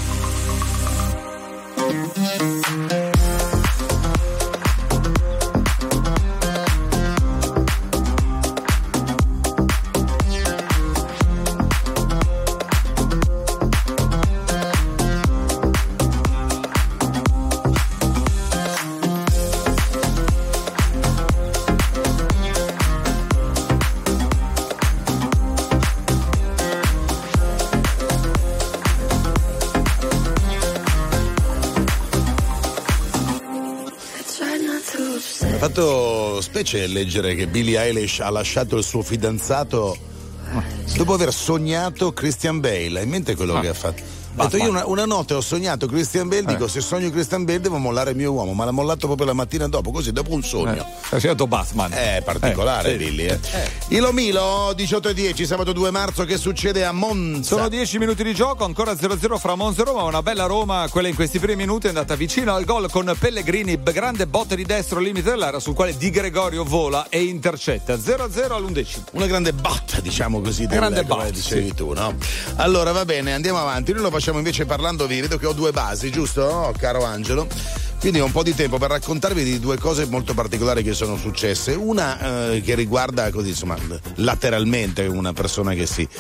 Try not to upset. Mi ha fatto specie leggere che Billie Eilish ha lasciato il suo fidanzato dopo aver sognato Christian Bale. Hai in mente quello che ha fatto? Ha detto, io una notte ho sognato Christian Bale, dico se sogno Christian Bale devo mollare il mio uomo, ma l'ha mollato proprio la mattina dopo, così dopo un sogno. È sognato Batman. È particolare, sì. Billy. Ilo Milo, 18:10, sabato 2 marzo, che succede a Monza? Sono 10 minuti di gioco, ancora 0-0 fra Monza e Roma. Una bella Roma, quella in questi primi minuti è andata vicino al gol con Pellegrini, grande botte di destro al limite dell'area sul quale Di Gregorio vola e intercetta. 0-0 all'11. Una grande botta, diciamo così, grande come botta, dicevi sì. tu, no? Allora va bene, andiamo avanti. Noi lo facciamo invece parlandovi, vedo che ho due basi, giusto, caro Angelo? Quindi ho un po' di tempo per raccontarvi di due cose molto particolari che sono successe. Una che riguarda così, insomma, lateralmente una persona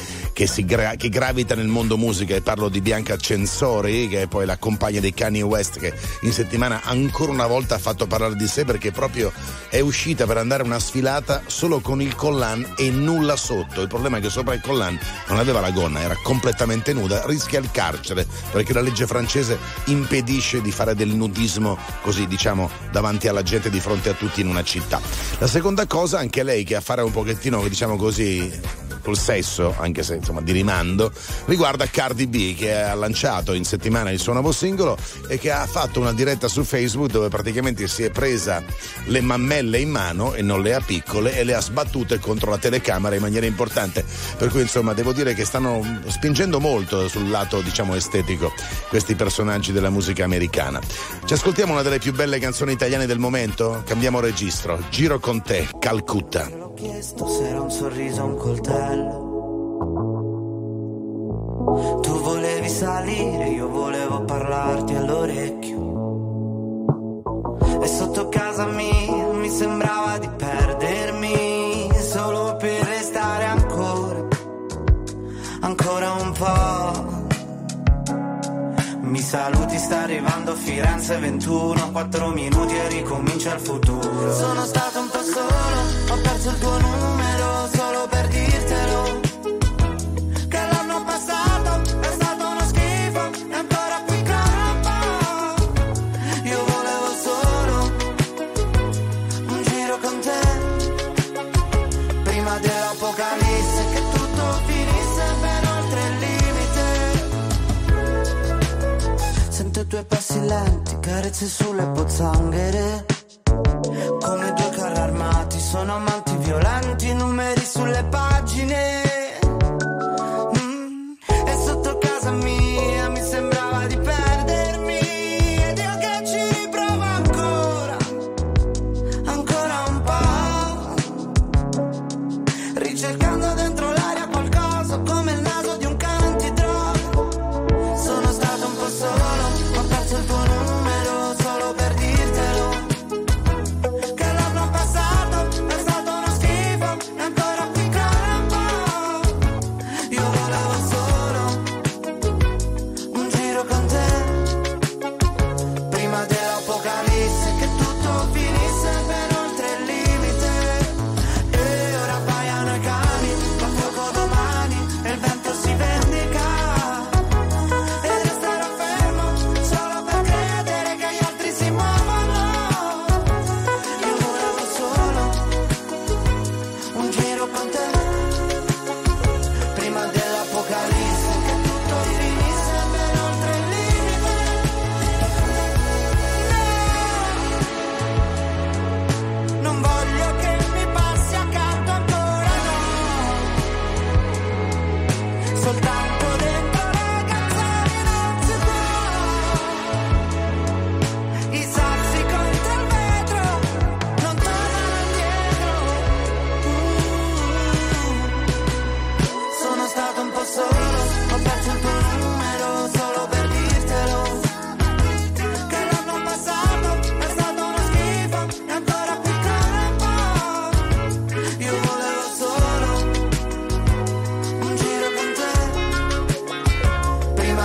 che gravita nel mondo musica, e parlo di Bianca Censori, che è poi la compagna di Kanye West, che in settimana ancora una volta ha fatto parlare di sé perché proprio è uscita per andare a una sfilata solo con il collan e nulla sotto. Il problema è che sopra il collan non aveva la gonna, era completamente nuda, rischia il carcere perché la legge francese impedisce di fare del nudismo così, diciamo, davanti alla gente, di fronte a tutti in una città. La seconda cosa, anche lei che ha a fare un pochettino, diciamo così, col sesso, anche se insomma di rimando, riguarda Cardi B, che ha lanciato in settimana il suo nuovo singolo e che ha fatto una diretta su Facebook dove praticamente si è presa le mammelle in mano, e non le ha piccole, e le ha sbattute contro la telecamera in maniera importante. Per cui insomma devo dire che stanno spingendo molto sul lato, diciamo, estetico questi personaggi della musica americana. Ci ascoltiamo una delle più belle canzoni italiane del momento? Cambiamo registro. Giro con te, Calcutta. L'ho chiesto se era un sorriso o un coltello. Tu volevi salire, io volevo parlarti all'orecchio. E sotto casa mia mi sembrava di perdermi, solo per restare ancora un po'. Mi saluti, sta arrivando Firenze 21, 4 minuti e ricomincia il futuro. Sono stato un po' solo, ho perso il tuo numero solo per dirtelo, che l'anno passato è stato uno schifo e ancora qui campo. Io volevo solo un giro con te, prima dell'apocalisse, che tutto finisse ben oltre il limite. Sento i tuoi passi lenti, carezze sulle pozzanghere, come due carri armati, sono amanti violenti, numeri sulle pagine. E sotto casa mia mi sembrava di perdermi, ed io che ci riprovo ancora un po', ricercando dentro l'aria qualcosa come il naso di un cane antidroga. Sono stato un po' solo, ho perso il tuo numero solo per dirtelo, che l'anno passato è stato uno schifo e ancora qui campo.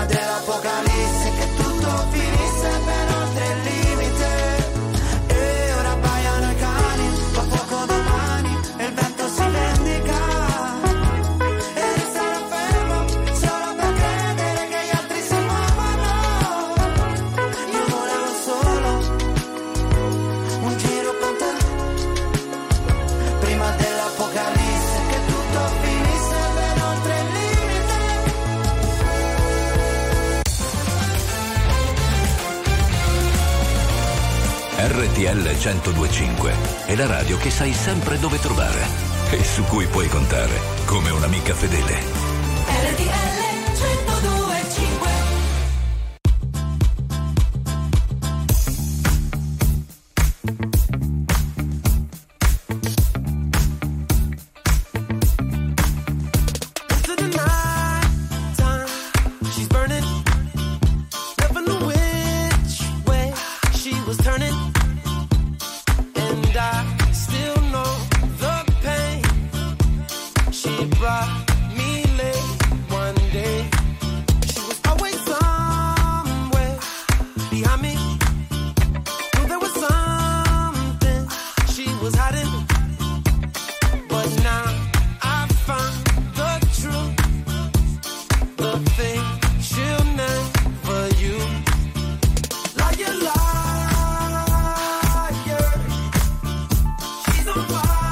prima dell'apocalisse, che tutto finisse ben oltre il limite. E ora abbaiano i cani, fa poco domani e il vento si vendica. E resterò fermo solo per credere che gli altri si muovano. Io volevo solo un giro con te, prima dell'apocalisse, che tutto finisse ben oltre il limite. RTL 102.5 è la radio che sai sempre dove trovare e su cui puoi contare come un'amica fedele. RTL 102.5. Into the night time, she's burning. Never knew which way she was turning, and I still know the pain she brought me late one day. She was always somewhere behind me. Knew there was something she was hiding, but now I found the truth, the thing she'll never use. Liar, liar, she's on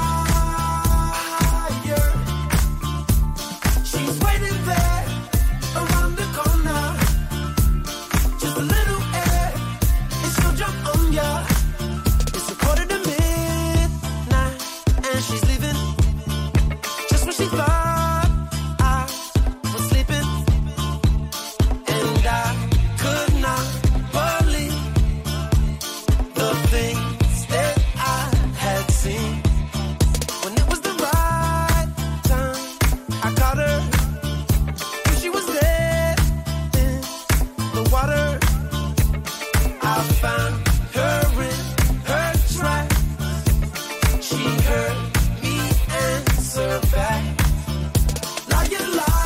fire. She's waiting there around the corner. Just a little air and she'll jump on ya. It's a 1:45 and she's leaving just when she thought I was sleeping. And I could not believe the things that I had seen. When it was the right time, I caught her. And she was dead in the water. I found her in her tracks. She heard me answer back. Liar,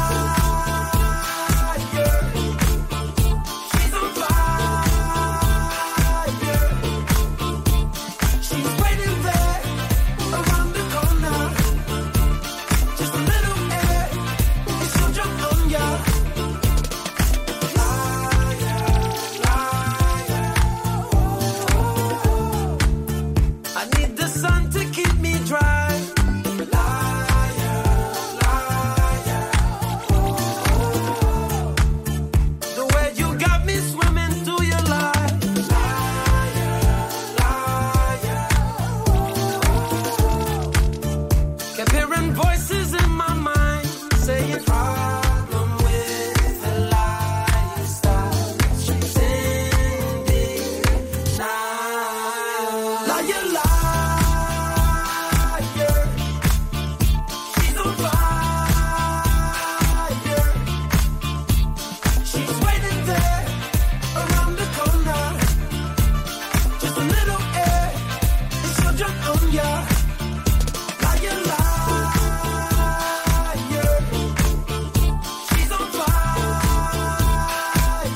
liar, she's on fire. She's waiting there around the corner. Just a little air and she'll jump on ya. Liar, liar, I need the sun to keep me dry. Liar, liar, the way you got me swimming through your lies. Liar, liar, kept hearing voices in my mind saying problem with the lifestyle that she's ending now. Liar, liar, she's on fire. She's waiting there around the corner. Just a little air and she'll jump on ya. Liar, liar, she's on fire.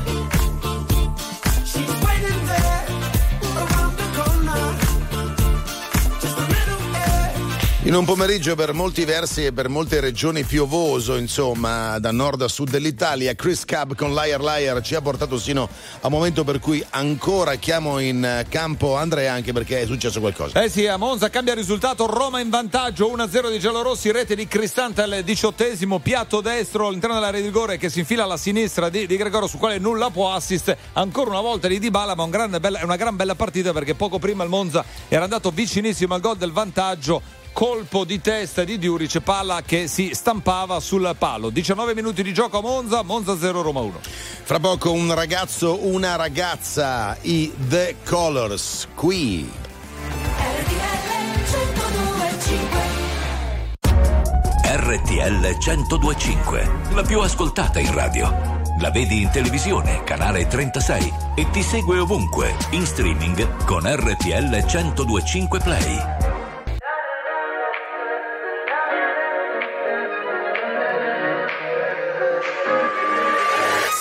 She's waiting there around the corner. Just a little air. In un pomeriggio per molti versi e per molte regioni piovoso, insomma, da nord a sud dell'Italia, Chris Cab con Liar Liar ci ha portato sino a un momento per cui ancora chiamo in campo Andrea, anche perché è successo qualcosa. Eh sì, a Monza cambia risultato, Roma in vantaggio, 1-0 di giallorossi, rete di Cristante al 18°, piatto destro all'interno dell'area di rigore che si infila alla sinistra di Gregorio, su quale nulla può, assist ancora una volta di Dybala, ma è una gran bella partita perché poco prima il Monza era andato vicinissimo al gol del vantaggio. Colpo di testa di Djuric, palla che si stampava sul palo. 19 minuti di gioco a Monza, Monza 0, Roma 1. Fra poco un ragazzo, una ragazza, i The Colors, qui. RTL 102.5, la più ascoltata in radio. La vedi in televisione, canale 36 e ti segue ovunque, in streaming con RTL 102.5 Play.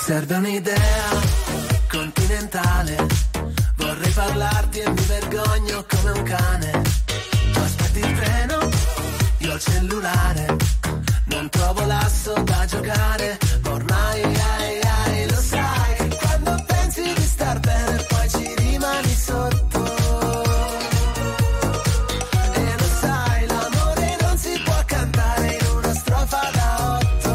Serve un'idea continentale, vorrei parlarti e mi vergogno come un cane. Tu aspetti il treno, io ho il cellulare, non trovo l'asso da giocare, ma ormai lo sai che quando pensi di star bene poi ci rimani sotto. E lo sai, l'amore non si può cantare in una strofa da 8.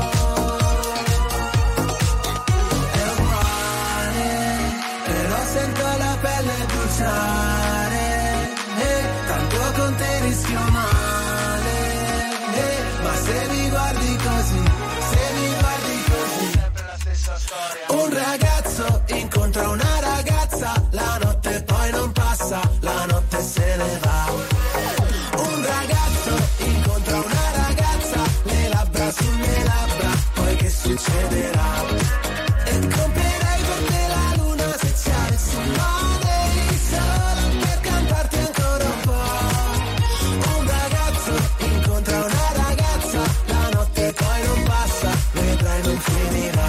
È uguale, però sento la pelle bruciare, tanto con te rischio male, ma se mi guardi così, sempre la stessa storia. Un ragazzo incontra una ragazza, la notte poi non passa, la notte se ne va. Un ragazzo incontra una ragazza, le labbra sulle labbra, poi che succederà? E comprerei per te la luna se ci avessi un money, solo per cantarti ancora un po'. Un ragazzo incontra una ragazza, la notte poi non passa, vedrai non finirà.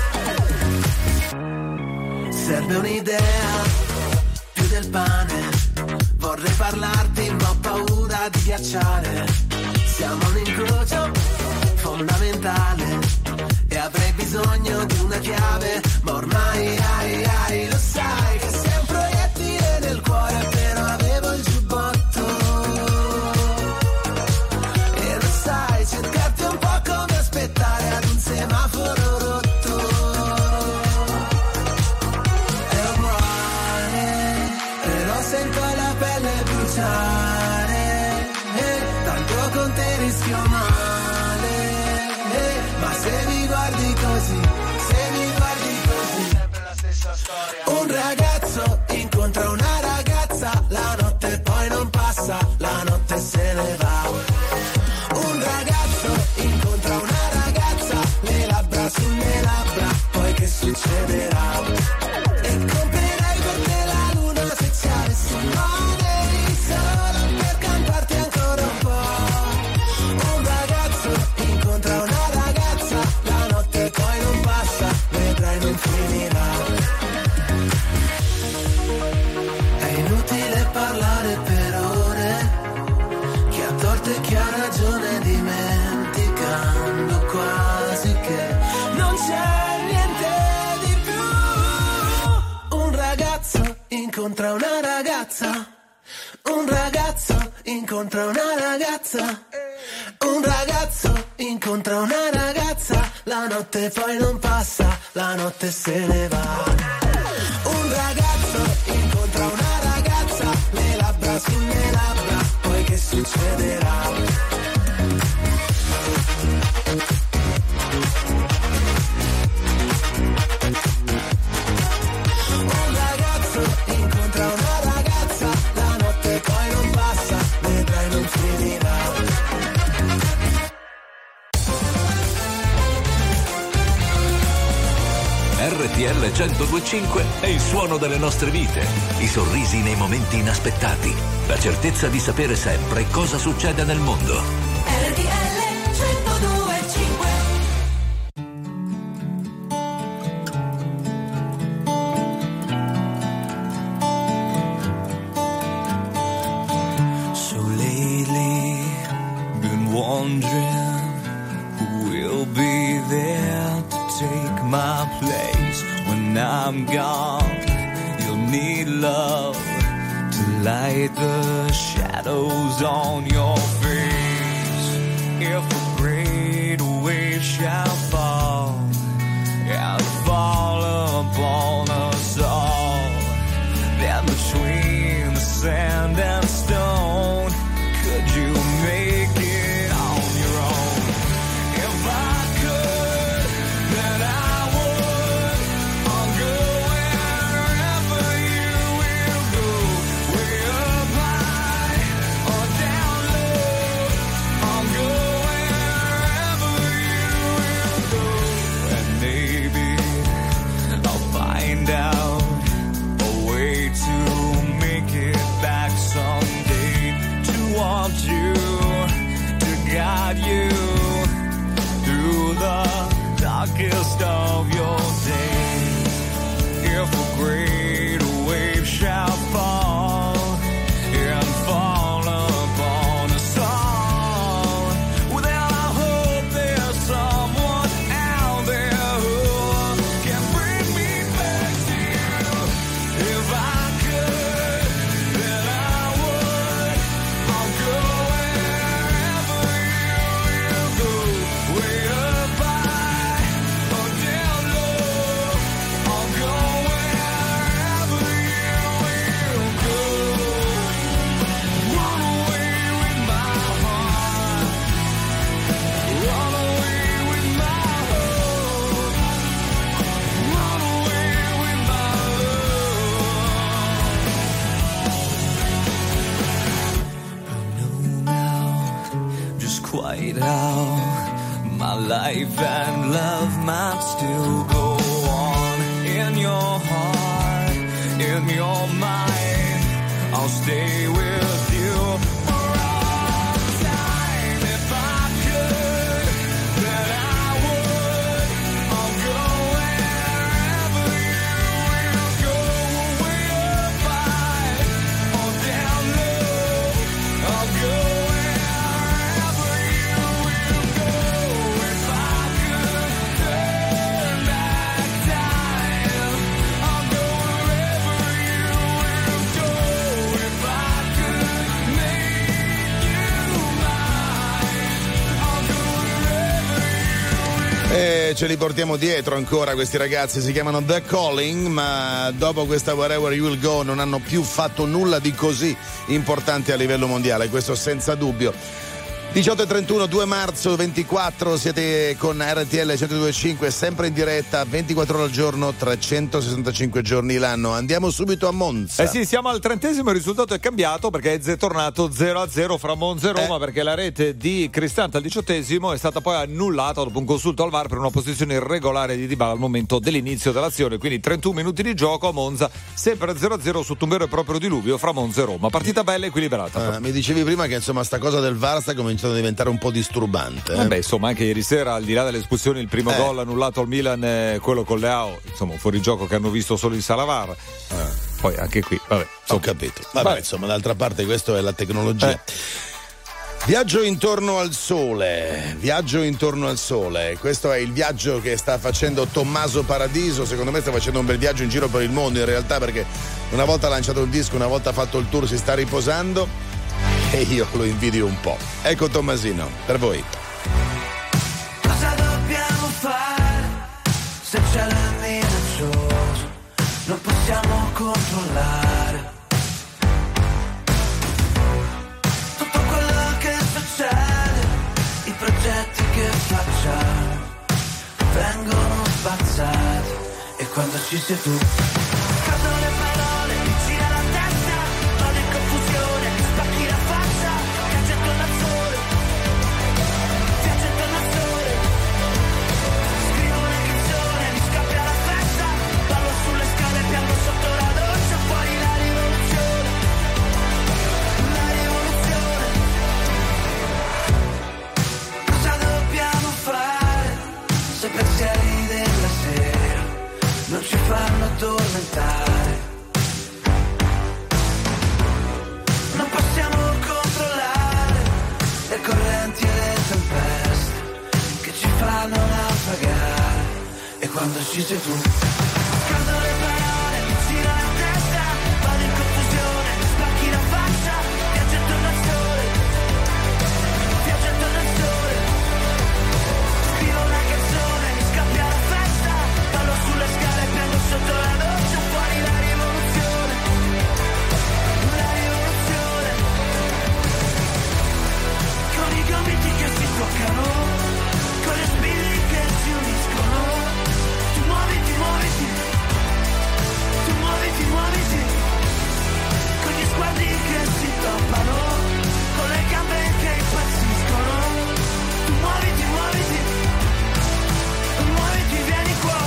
Serve un'idea più del pane, vorrei parlarti ma ho paura di ghiacciare. Siamo un incrocio fondamentale e avrei bisogno di una chiave, ma ormai lo sai che sei un proiettile nel cuore, però avevo il giubbotto. E lo sai, cercarti è un po' come aspettare ad un semaforo rotto. È uguale, però sento la pelle bruciare, tanto con te rischio male, ma se mi guardi così, sempre la stessa storia. Un ragazzo incontra una ragazza, la notte poi non passa, la notte se ne va. Un ragazzo incontra una ragazza, le labbra sulle labbra, poi che succederà? E comprerei per te la luna se ci avessi un money, solo per cantarti ancora un po'. Un ragazzo incontra una ragazza, la notte poi non passa, vedrai non finirà. È inutile parlare per ore, chi ha torto e chi ha ragione, dimenticando quasi che non c'è niente di più. Un ragazzo incontra una ragazza, un ragazzo incontra una ragazza, un ragazzo incontra una ragazza, la notte poi non passa, la notte se ne va. Un ragazzo incontra una ragazza, le labbra sulle labbra, poi che succederà? Un ragazzo incontra una ragazza, la notte poi non passa, vedrai non finirà. RTL 102.5 è il suono delle nostre vite, i sorrisi nei momenti inaspettati, la certezza di sapere sempre cosa succede nel mondo. RTL 102.5. So lately, been wondering who will be there to take my place when I'm gone. You'll need love to light the shadows on your face. If a great wave shall fall and fall upon us all, then between the sand and stone, could you make it on your own? If I could, then I would. I'll go wherever you will go, way up high or down low. I'll go wherever you will go. life and love might still go on. In your heart, in your mind, I'll stay with you for all time. If I could, then I would. I'll go wherever you will go, way up high or down low. I'll go wherever you will go. If I could turn back time, I'll go wherever you will go. If I could make you mine, I'll go wherever you will. E ce li portiamo dietro ancora questi ragazzi, si chiamano The Calling, ma dopo questa Wherever You Will Go non hanno più fatto nulla di così importante a livello mondiale, questo senza dubbio. 18:31, 2 marzo 24, siete con RTL 102.5, sempre in diretta, 24 ore al giorno, 365 giorni l'anno. Andiamo subito a Monza. Eh sì, siamo al 30°, il risultato è cambiato perché è tornato 0-0 fra Monza e Roma, perché la rete di Cristante al 18° è stata poi annullata dopo un consulto al VAR per una posizione irregolare di Dybala al momento dell'inizio dell'azione, quindi 31 minuti di gioco a Monza, sempre 0-0 sotto un vero e proprio diluvio fra Monza e Roma. Partita bella e equilibrata. Mi dicevi prima che insomma sta cosa del VAR sta cominciando a diventare un po' disturbante. Beh, insomma, anche ieri sera, al di là delle espulsioni, il primo gol annullato al Milan, quello con Leao, insomma, un fuorigioco che hanno visto solo in sala VAR. Poi anche qui, vabbè, ho capito. Vabbè, insomma, d'altra parte questo è la tecnologia. Viaggio intorno al sole, questo è il viaggio che sta facendo Tommaso Paradiso, secondo me sta facendo un bel viaggio in giro per il mondo in realtà, perché una volta ha lanciato il disco, una volta ha fatto il tour, si sta riposando e io lo invidio un po'. Ecco Tommasino, per voi. Cosa dobbiamo fare se c'è la minaccioso? Non possiamo controllare tutto quello che succede, i progetti che facciamo vengono spazzati e quando ci sei tu cadono le parole, mi gira la testa, vado in confusione, mi spacchi la faccia, viaggio intorno al sole, viaggio intorno al sole, scrivo una canzone, mi scappia la festa, ballo sulle scale, piango sotto la doccia, fuori la rivoluzione, la rivoluzione. Cosa dobbiamo fare se pensieri della sera non ci fanno addormentare? Non possiamo controllare le correnti e le tempeste che ci fanno naufragare e quando ci sei tu cadono le parole, mi gira la testa, vado in confusione, mi spacchi la faccia, viaggio intorno al sole, viaggio intorno al sole, scrivo una canzone, mi scappia la festa, ballo sulle scale, piango sotto la doccia, fuori la rivoluzione, la rivoluzione, con i gomiti che si toccano, con le spille che si uniscono, tu muoviti, muoviti, tu muoviti, muoviti, con gli sguardi che si toppano, con le gambe che impazziscono, tu muoviti, muoviti, muoviti, vieni qua.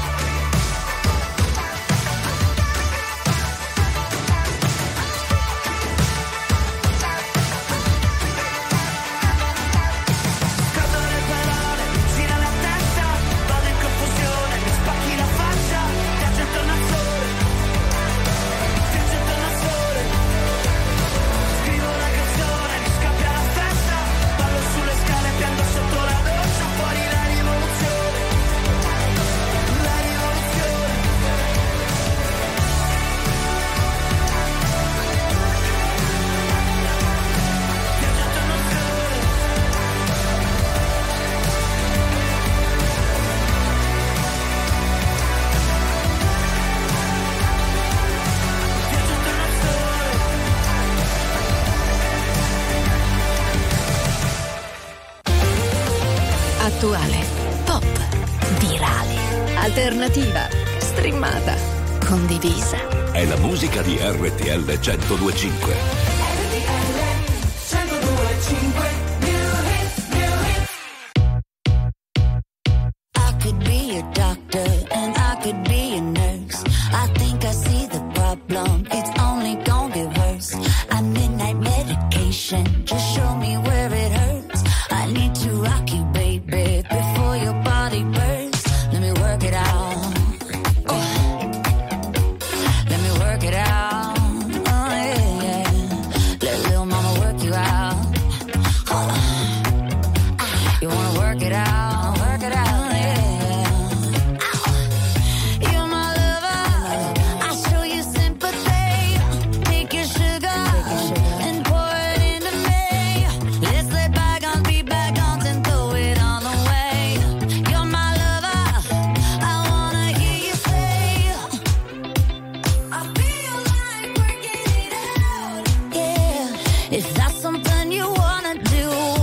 Cadono le parole, mi gira la testa, vado in confusione, mi spacchi la faccia, viaggio intorno al sole, viaggio intorno al sole, scrivo una canzone, mi scappia la festa, ballo sulle scale, piango sotto la doccia, fuori la rivoluzione, la rivoluzione. Viaggio intorno al sole. Attuale, pop, virale, alternativa, streamata, condivisa. È la musica di RTL 102.5. RTL 102.5 be a nurse. I think I see the problem. It's only gonna get worse. I midnight medication. Just show me where it hurts. I need to rock you, baby, before your body bursts. Let me work it out. Let me work it out. Oh yeah, yeah. Let little mama work you out. You wanna work it out? Work it out, yeah. You're my lover. I show you sympathy. Take your sugar and pour it into me. Let's let bygones be bygones and throw it on the way. You're my lover. I wanna hear you say, I feel like working it out. Yeah, if that's something you wanna do.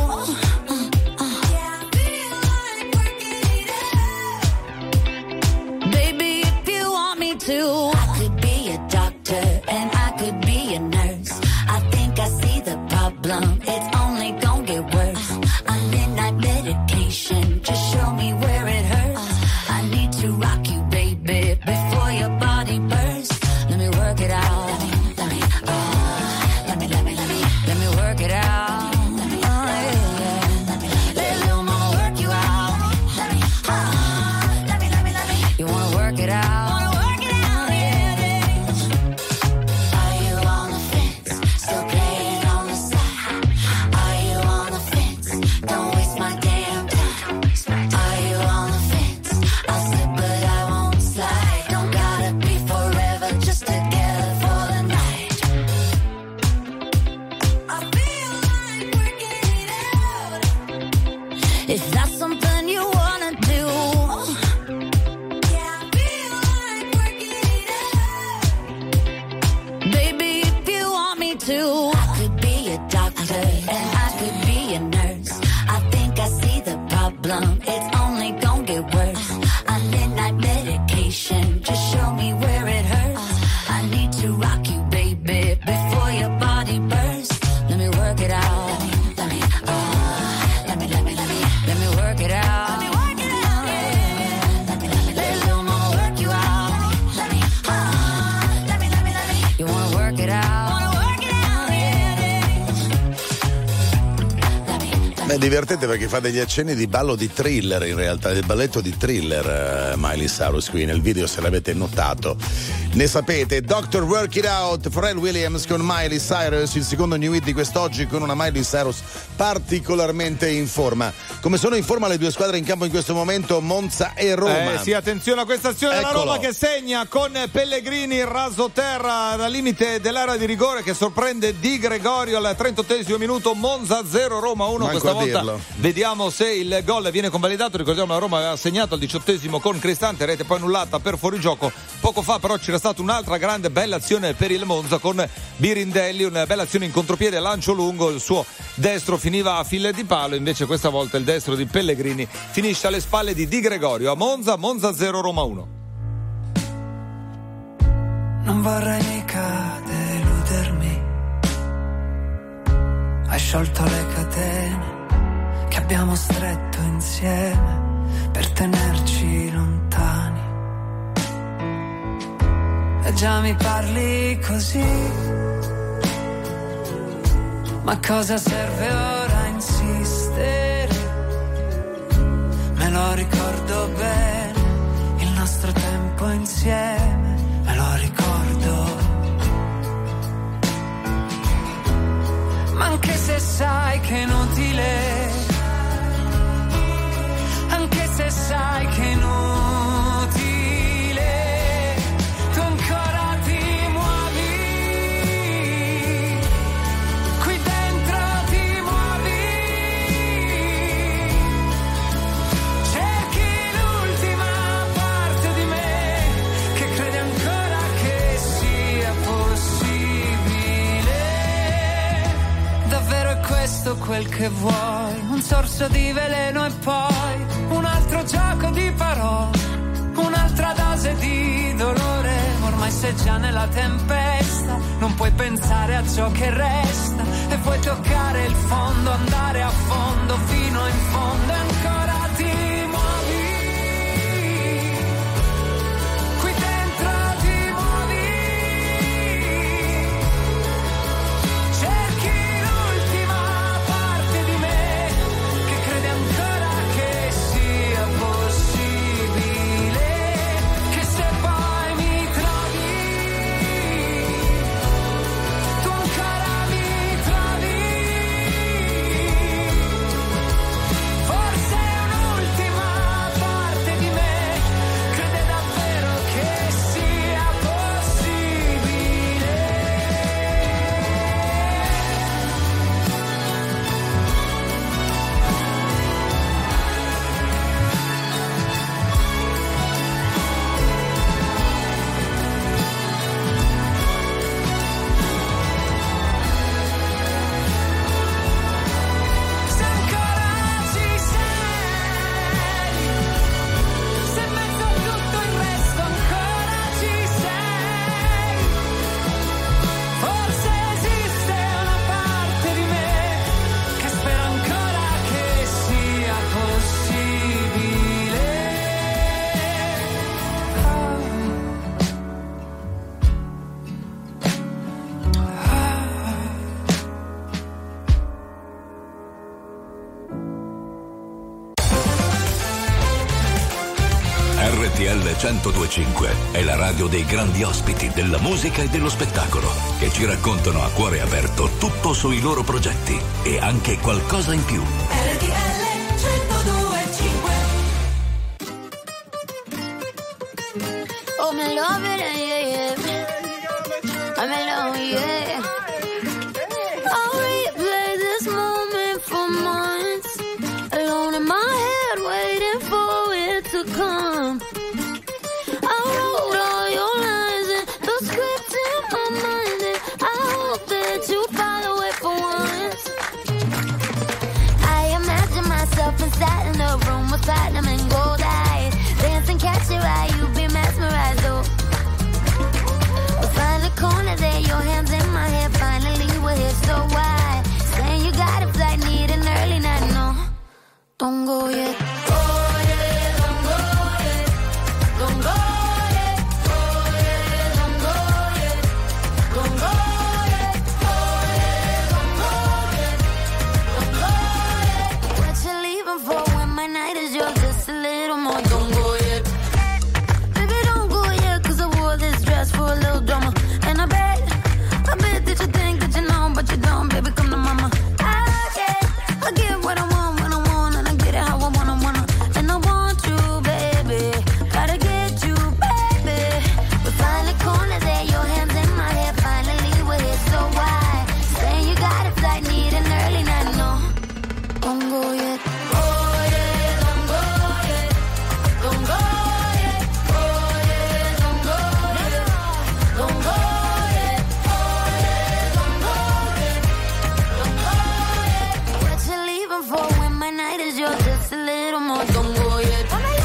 Baby, if you want me to, I could be a doctor and I could be a nurse. I think I see the problem. It's only gonna get worse. I'm midnight medication. Just show me where it hurts. I need to rock you, baby, before your body bursts. Let me work it out. Let me work it out. Oh, yeah. Let little mama work you out. You wanna work it out? Wanna work it out, yeah. Are you on the fence? Still playing on the side? Are you on the fence? Don't waste my damn time. Are you on the fence? I'll slip but I won't slide. Don't gotta be forever, just together for the night. I feel like working it out. If that's something you wanna do. Baby, if you want me to, I could be a doctor and I could be a nurse. I think I see the problem. It's only gonna get worse. I'm midnight medication. Just show me where it hurts. I need to rock you, baby, before your body bursts. Let me work it out. Let me work it out. Let little mama work you out. You wanna work it out? Beh, divertente perché fa degli accenni di ballo di Thriller, in realtà, del balletto di Thriller, Miley Cyrus qui nel video, se l'avete notato. Ne sapete, Dr. Work It Out, Pharrell Williams con Miley Cyrus, il secondo new hit di quest'oggi con una Miley Cyrus particolarmente in forma. Come sono in forma le due squadre in campo in questo momento, Monza e Roma? Sì, attenzione a questa azione della Eccolo. Roma che segna con Pellegrini raso terra dal limite dell'area di rigore, che sorprende Di Gregorio al 38esimo minuto. Monza 0, Roma 1. Manco Questa a volta dirlo. vediamo se il gol viene convalidato. Ricordiamo la Roma aveva segnato al 18esimo con Cristante, rete poi annullata per fuorigioco. Poco fa però c'era stata un'altra grande bella azione per il Monza con Birindelli, una bella azione in contropiede, lancio lungo, il suo destro finiva a file di palo, invece questa volta il destro di Pellegrini finisce alle spalle di Di Gregorio. A Monza 0, Roma 1. Non vorrei mica deludermi. Hai sciolto le catene che abbiamo stretto insieme per tenerci lontani. E già mi parli così. Ma cosa serve ora insistere? Me lo ricordo bene, il nostro tempo insieme, me lo ricordo. Ma anche se sai che è inutile, anche se sai che è inutile, tu ancora ti muovi, qui dentro ti muovi, cerchi l'ultima parte di me che crede ancora che sia possibile. Davvero è questo quel che vuoi? Un sorso di veleno e poi un altro gioco di parole, un'altra dose di dolore. Ormai sei già nella tempesta, non puoi pensare a ciò che resta e vuoi toccare il fondo, andare a fondo fino in fondo e ancora ti muovi, qui 102.5 è la radio dei grandi ospiti della musica e dello spettacolo, che ci raccontano a cuore aperto tutto sui loro progetti e anche qualcosa in più. RTL 102.5. Oh, me love it, yeah, yeah. I'm in love, yeah. I'll replay this moment for months, alone in my head, waiting for it to come. I wrote all your lines and the script in my mind, and I hope that you follow it for once. I imagine myself inside in a room with platinum and gold eyes, dancing, catch your eye, you be mesmerized, oh. We'll find a corner there, your hands in my hair, finally we're here, so why? Saying you got a flight, need an early night, no, don't go yet. Oh yeah, don't go yet, don't go yet, oh yeah, don't go yet, don't go yet, oh yeah, don't go yet, don't go yet. What you leaving for when my night is yours, just a little more, don't go yet. Baby, don't go yet, 'cause I wore this dress for a little drama, and I bet that you think that you know, but you don't, baby, come to mama. I get what I want when I want, and I get it how I wanna, and I want you, baby, gotta get you, baby. We find a corner there, your hands in my hair, finally we're here, so why? Saying you got a flight, need an early night, no, don't go yet. Oh yeah, don't go yet, don't go yet, oh yeah, don't go yet, don't go yet, oh yeah, don't go yet, don't go yet. What you leaving for when my night is yours, just a little more, don't go yet.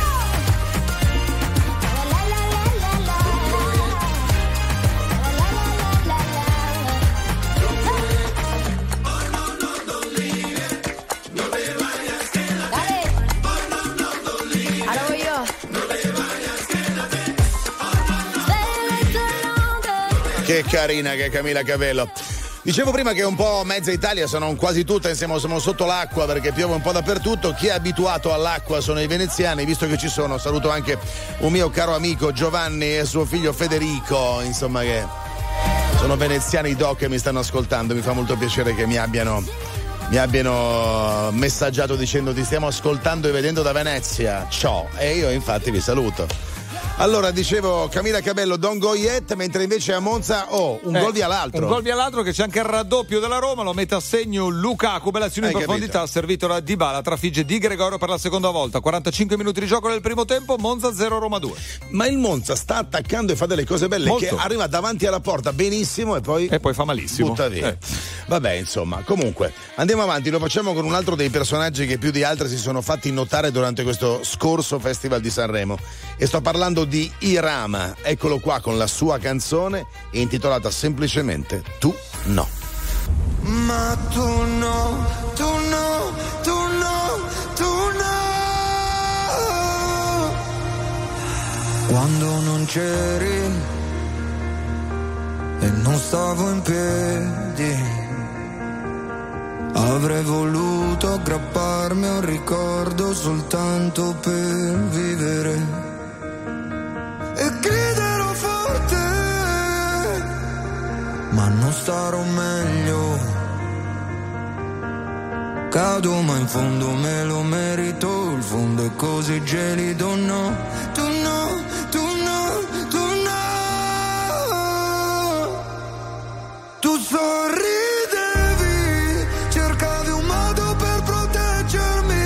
Ahora voy yo. Che carina che è Camila Cabello. Dicevo prima che un po' mezza Italia, se non quasi tutta, insieme siamo sotto l'acqua perché piove un po' dappertutto. Chi è abituato all'acqua sono i veneziani, visto che ci sono. Saluto anche un mio caro amico Giovanni e suo figlio Federico, insomma, che sono veneziani doc che mi stanno ascoltando. Mi fa molto piacere che mi abbiano messaggiato dicendo ti stiamo ascoltando e vedendo da Venezia. Ciao. E io infatti vi saluto. Allora, dicevo, Camila Cabello, Don't Go Yet, mentre invece a Monza, un gol via l'altro. Un gol via l'altro, che c'è anche il raddoppio della Roma, lo mette a segno Lukaku, bella azione in profondità, servito da Dybala, trafigge Di Gregorio per la seconda volta. 45 minuti di gioco nel primo tempo, Monza 0, Roma 2. Ma il Monza sta attaccando e fa delle cose belle, molto. Che arriva davanti alla porta benissimo e poi fa malissimo. Butta via. Vabbè, insomma, comunque, andiamo avanti, lo facciamo con un altri dei personaggi che più di altri si sono fatti notare durante questo scorso Festival di Sanremo. E sto parlando di Irama, eccolo qua con la sua canzone intitolata semplicemente Tu no. Ma tu no, tu no, tu no, tu no. Quando non c'eri e non stavo in piedi, avrei voluto aggrapparmi a un ricordo soltanto per vivere. E griderò forte, ma non starò meglio. Cado ma in fondo me lo merito, il fondo è così gelido, no, tu no, tu no, tu no. Tu sorridevi, cercavi un modo per proteggermi,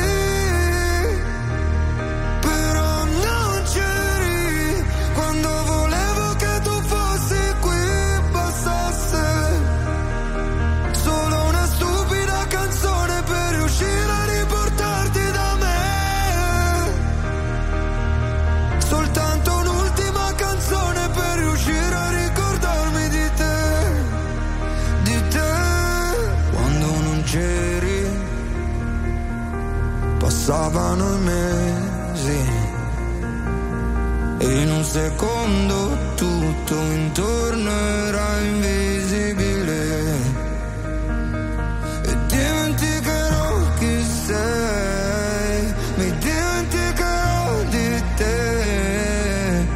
però non c'eri quando volevo che tu fossi qui, bastasse solo una stupida canzone per riuscire a riportarti da me, soltanto un'ultima canzone per riuscire a ricordarmi di te, di te. Quando non c'eri passavano i mesi e in un secondo tutto intorno era invisibile e dimenticherò chi sei, mi dimenticherò di te,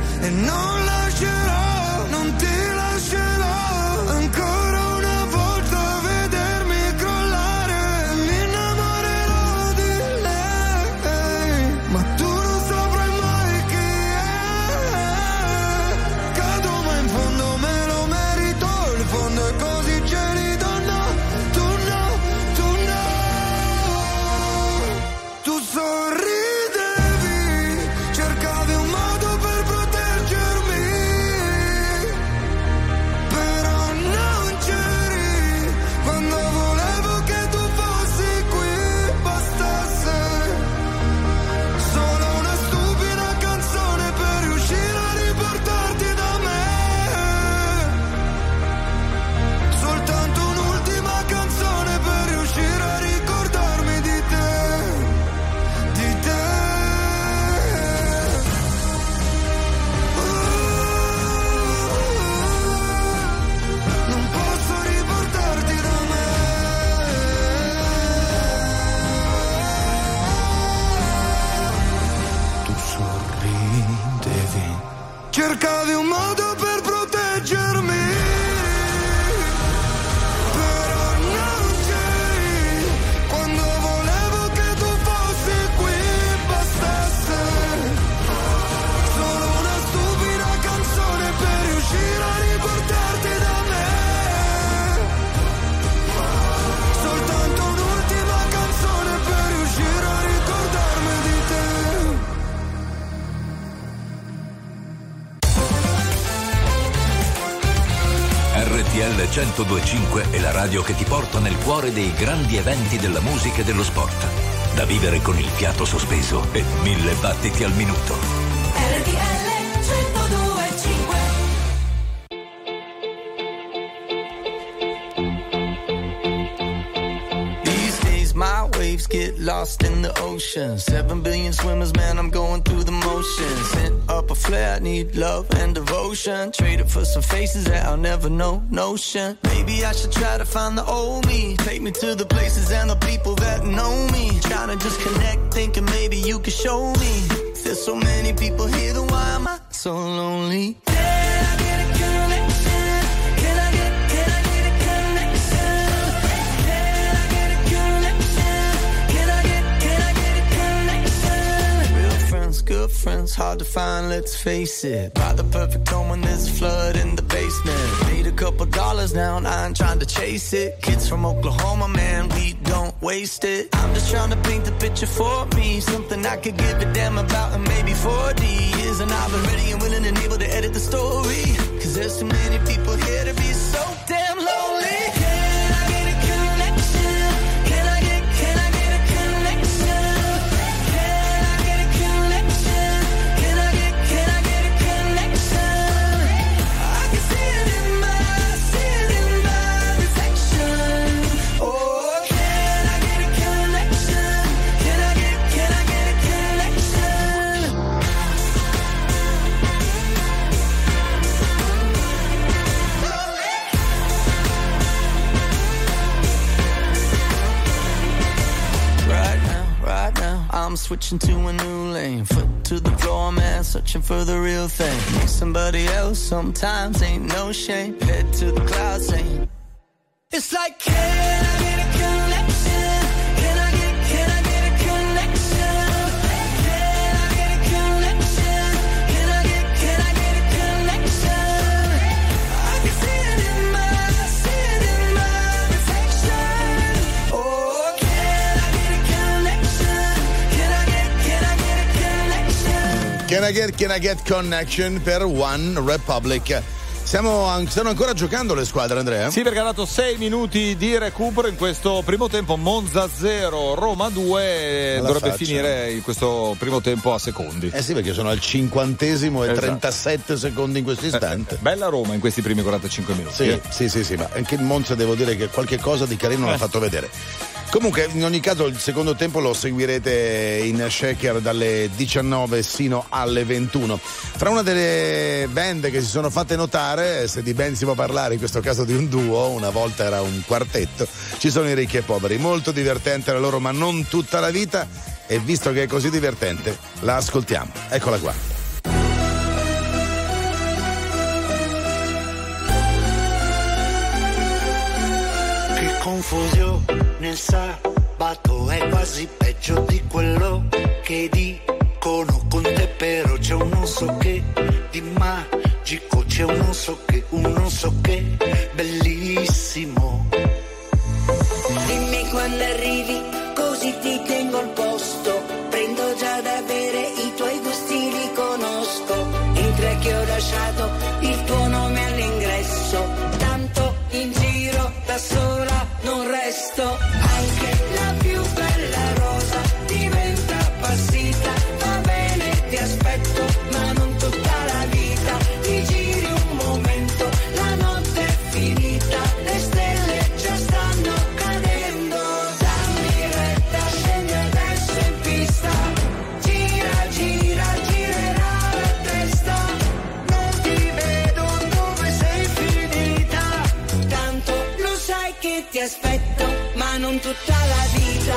RTL 102.5 è la radio che ti porta nel cuore dei grandi eventi della musica e dello sport. Da vivere con il fiato sospeso e 1000 battiti al minuto. RTL 102.5. These days my waves get lost in the ocean. 7 billion swimmers, man, I'm going through the motions. Sent up a flare, I need love and devotion. Traded for some faces that I'll never know, notion. Maybe I should try to find the old me. Take me to the places and the people that know me. Trying to just connect, thinking maybe you could show me. There's so many people here, then why am I so lonely? Good friends, hard to find, let's face it. Buy the perfect home when there's a flood in the basement. Made a couple dollars now and I ain't trying to chase it. Kids from Oklahoma, man, we don't waste it. I'm just trying to paint the picture for me. Something I could give a damn about in maybe 40 years. And I've been ready and willing and able to edit the story. Cause there's too many people here to be so damn lonely. I'm switching to a new lane. Foot to the floor, man, searching for the real thing. Need somebody else, sometimes ain't no shame. Head to the clouds, saying it's like, can I get a connection? Can I get a connection? Can I get a connection? Can I get a connection? I can see it in my reflection. Oh, can I get a connection? Can I get connection per One Republic. Stanno ancora giocando le squadre, Andrea? Sì, perché ha dato 6 minuti di recupero in questo primo tempo. Monza 0, Roma 2. Dovrebbe finire in questo primo tempo a secondi. Eh sì, perché sono al 50esimo e 37 secondi in questo istante. Bella Roma in questi primi 45 minuti. Sì, ma anche il Monza devo dire che qualche cosa di carino l'ha fatto vedere. Comunque, in ogni caso, il secondo tempo lo seguirete in shaker dalle 19 sino alle 21. Fra una delle band che si sono fatte notare, se di band si può parlare, in questo caso di un duo, una volta era un quartetto, ci sono i Ricchi e Poveri. Molto divertente la loro, ma non tutta la vita. E visto che è così divertente, la ascoltiamo. Eccola qua. Che confusione, il sabato è quasi peggio di quello che dicono con te, però c'è un non so che di magico, c'è un non so che bellissimo. Dimmi quando arrivi, così ti tengo al posto. Prendo già da bere, i tuoi gusti li conosco. In tre che ho lasciato il tuo nome all'ingresso. Tanto in giro da sola non resto. Anche la più bella rosa diventa appassita. Va bene, ti aspetto, ma non tutta la vita. Ti giri un momento, la notte è finita. Le stelle già stanno cadendo. Dammi retta, scendi adesso in pista. Gira, gira, girerà la testa. Non ti vedo dove sei finita. Tanto lo sai che ti aspetto, ma non tutta la vita.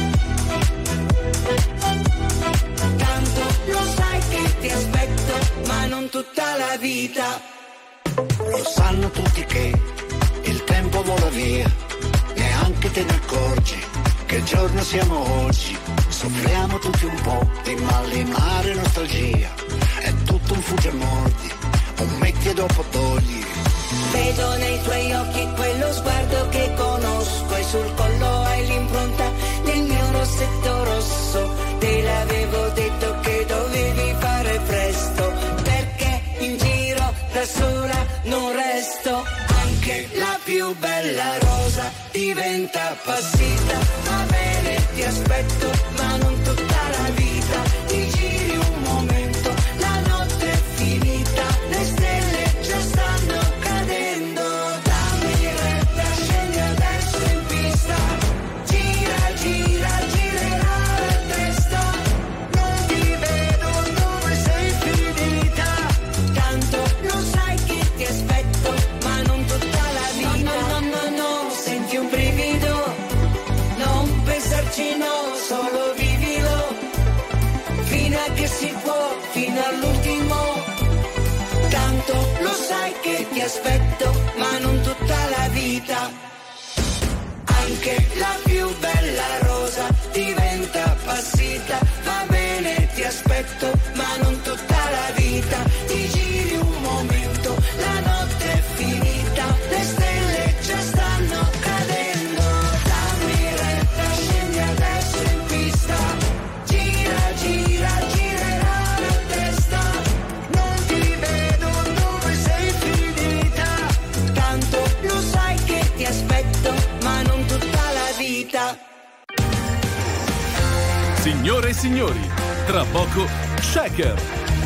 Tanto lo sai che ti aspetto, ma non tutta la vita. Lo sanno tutti che il tempo vola via, neanche te ne accorgi che giorno siamo oggi. Soffriamo tutti un po' di malinare nostalgia, è tutto un fugge mordi, un metti e dopo togli. Vedo nei tuoi occhi quello sguardo che conosco e sul collo hai l'impronta del mio rossetto rosso. Te l'avevo detto che dovevi fare presto, perché in giro da sola non resto. Anche Anche la più bella rosa diventa passita. Va bene, ti aspetto, ma non tutta la vita. Ti giri un momento, la notte è finita, le stelle già stanno cadendo. Dammi retta, scendi adesso in pista. Gira, gira, girerà la testa. Non ti vedo dove sei finita. Tanto lo sai che ti aspetto, ma non tutta la vita. No, no, no, no, senti un brivido. Non pensarci, no, solo vivilo. Fino a che si può, fino all'ultimo. Tanto lo sai che ti aspetto, ma non tutta la vita. Anche la più bella rosa diventa passita. Va bene, ti aspetto, ma non tutta la vita. Ti giri un momento, la notte è finita, le stelle già stanno cadendo. Dammi retta, scendi adesso in pista. Gira, gira, girerà la testa. Non ti vedo dove sei finita. Tanto lo sai che ti aspetto, ma non tutta la vita. Signore e signori, tra poco Shaker.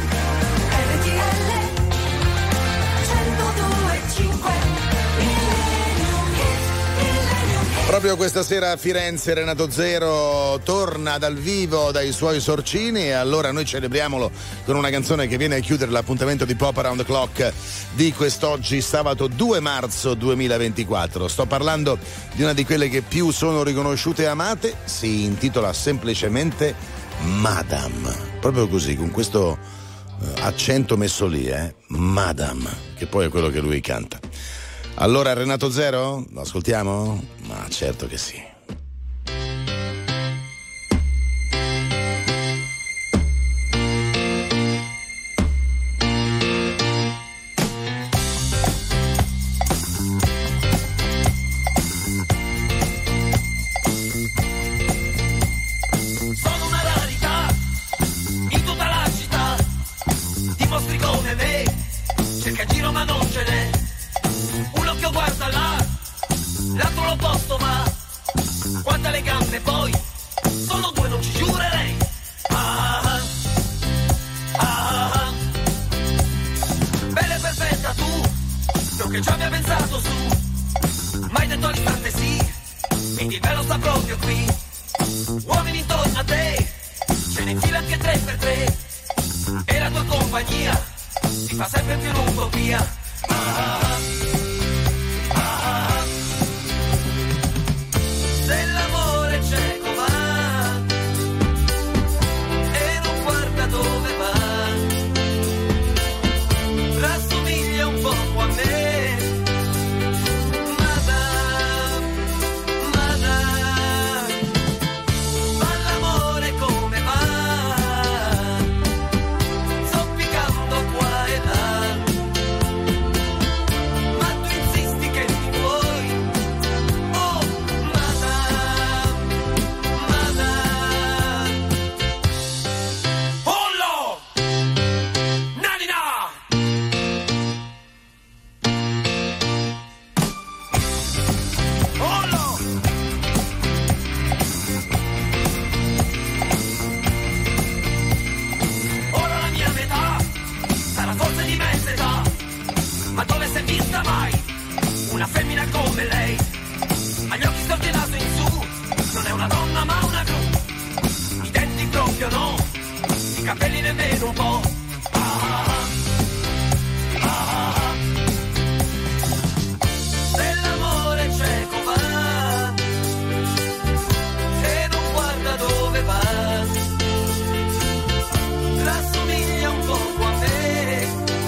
Proprio questa sera a Firenze Renato Zero torna dal vivo dai suoi sorcini e allora noi celebriamolo con una canzone che viene a chiudere l'appuntamento di Pop Around the Clock di quest'oggi sabato 2 marzo 2024. Sto parlando di una di quelle che più sono riconosciute e amate, si intitola semplicemente Madame, proprio così, con questo accento messo lì, Madame, che poi è quello che lui canta. Allora Renato Zero, lo ascoltiamo? Ma certo che sì. Sono una rarità in tutta la città, dimostri come me, cerca giro ma non ce n'è. Un occhio guarda là, l'altro l'opposto, ma guarda le gambe poi, sono due, non ci giurerei. Ah, ah, ah. Bella e perfetta tu, so che già mi hai pensato su, mai detto all'istante sì, quindi il bello sta proprio qui. Uomini intorno a te, ce ne infila anche 3x3, e la tua compagnia si fa sempre più un'utopia. Se l'amore è cieco va e non guarda dove va, rassomiglia un poco a me. Madame, madame, ma l'amore come va, zoppicando qua e là. Ma tu insisti che mi vuoi, oh madame, madame. Ollo, nanina. Ollo. Ora la mia metà sarà forse di mezza età, ma dove si è vista mai una femmina come lei? Agli occhi storti e naso in su, non è una donna ma una gru. I denti proprio no, i capelli nemmeno un po'. Se l'amore è cieco va e non guarda dove va, rassomiglia un poco a me.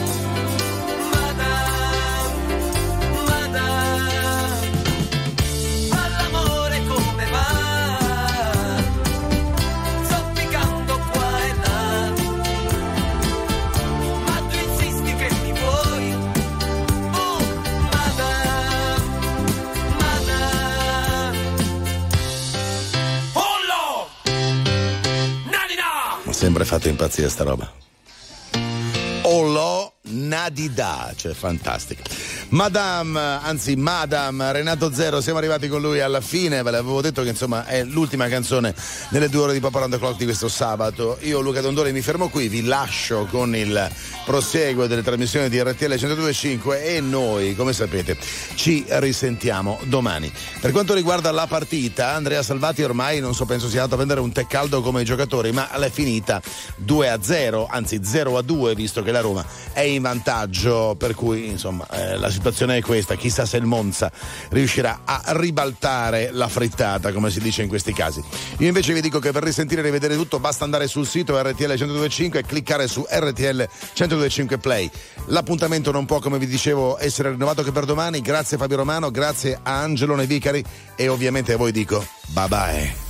Madame, madame, ma l'amore come va, zoppicando qua e là. Ma tu insisti che mi vuoi, oh madame, madame. Ollo, nanina. Ma sempre fatto impazzire sta roba. Olò, nanina. Nadida, cioè fantastica. Madame Renato Zero, siamo arrivati con lui alla fine, ve l'avevo detto che insomma è l'ultima canzone nelle 2 ore di Papa Round the Clock di questo sabato. Io, Luca Dondore, mi fermo qui, vi lascio con il proseguo delle trasmissioni di RTL 102.5 e noi, come sapete, ci risentiamo domani. Per quanto riguarda la partita, Andrea Salvati ormai non so, penso sia andato a prendere un tè caldo come i giocatori, ma l'è finita 2-0, anzi 0-2, visto che la Roma è in vantaggio, per cui insomma la situazione è questa. Chissà se il Monza riuscirà a ribaltare la frittata, come si dice in questi casi. Io invece vi dico che per risentire e rivedere tutto basta andare sul sito RTL 102.5 e cliccare su RTL 102.5 Play. L'appuntamento non può, come vi dicevo, essere rinnovato che per domani. Grazie Fabio Romano, grazie a Angelo Nevicari e ovviamente a voi dico bye bye.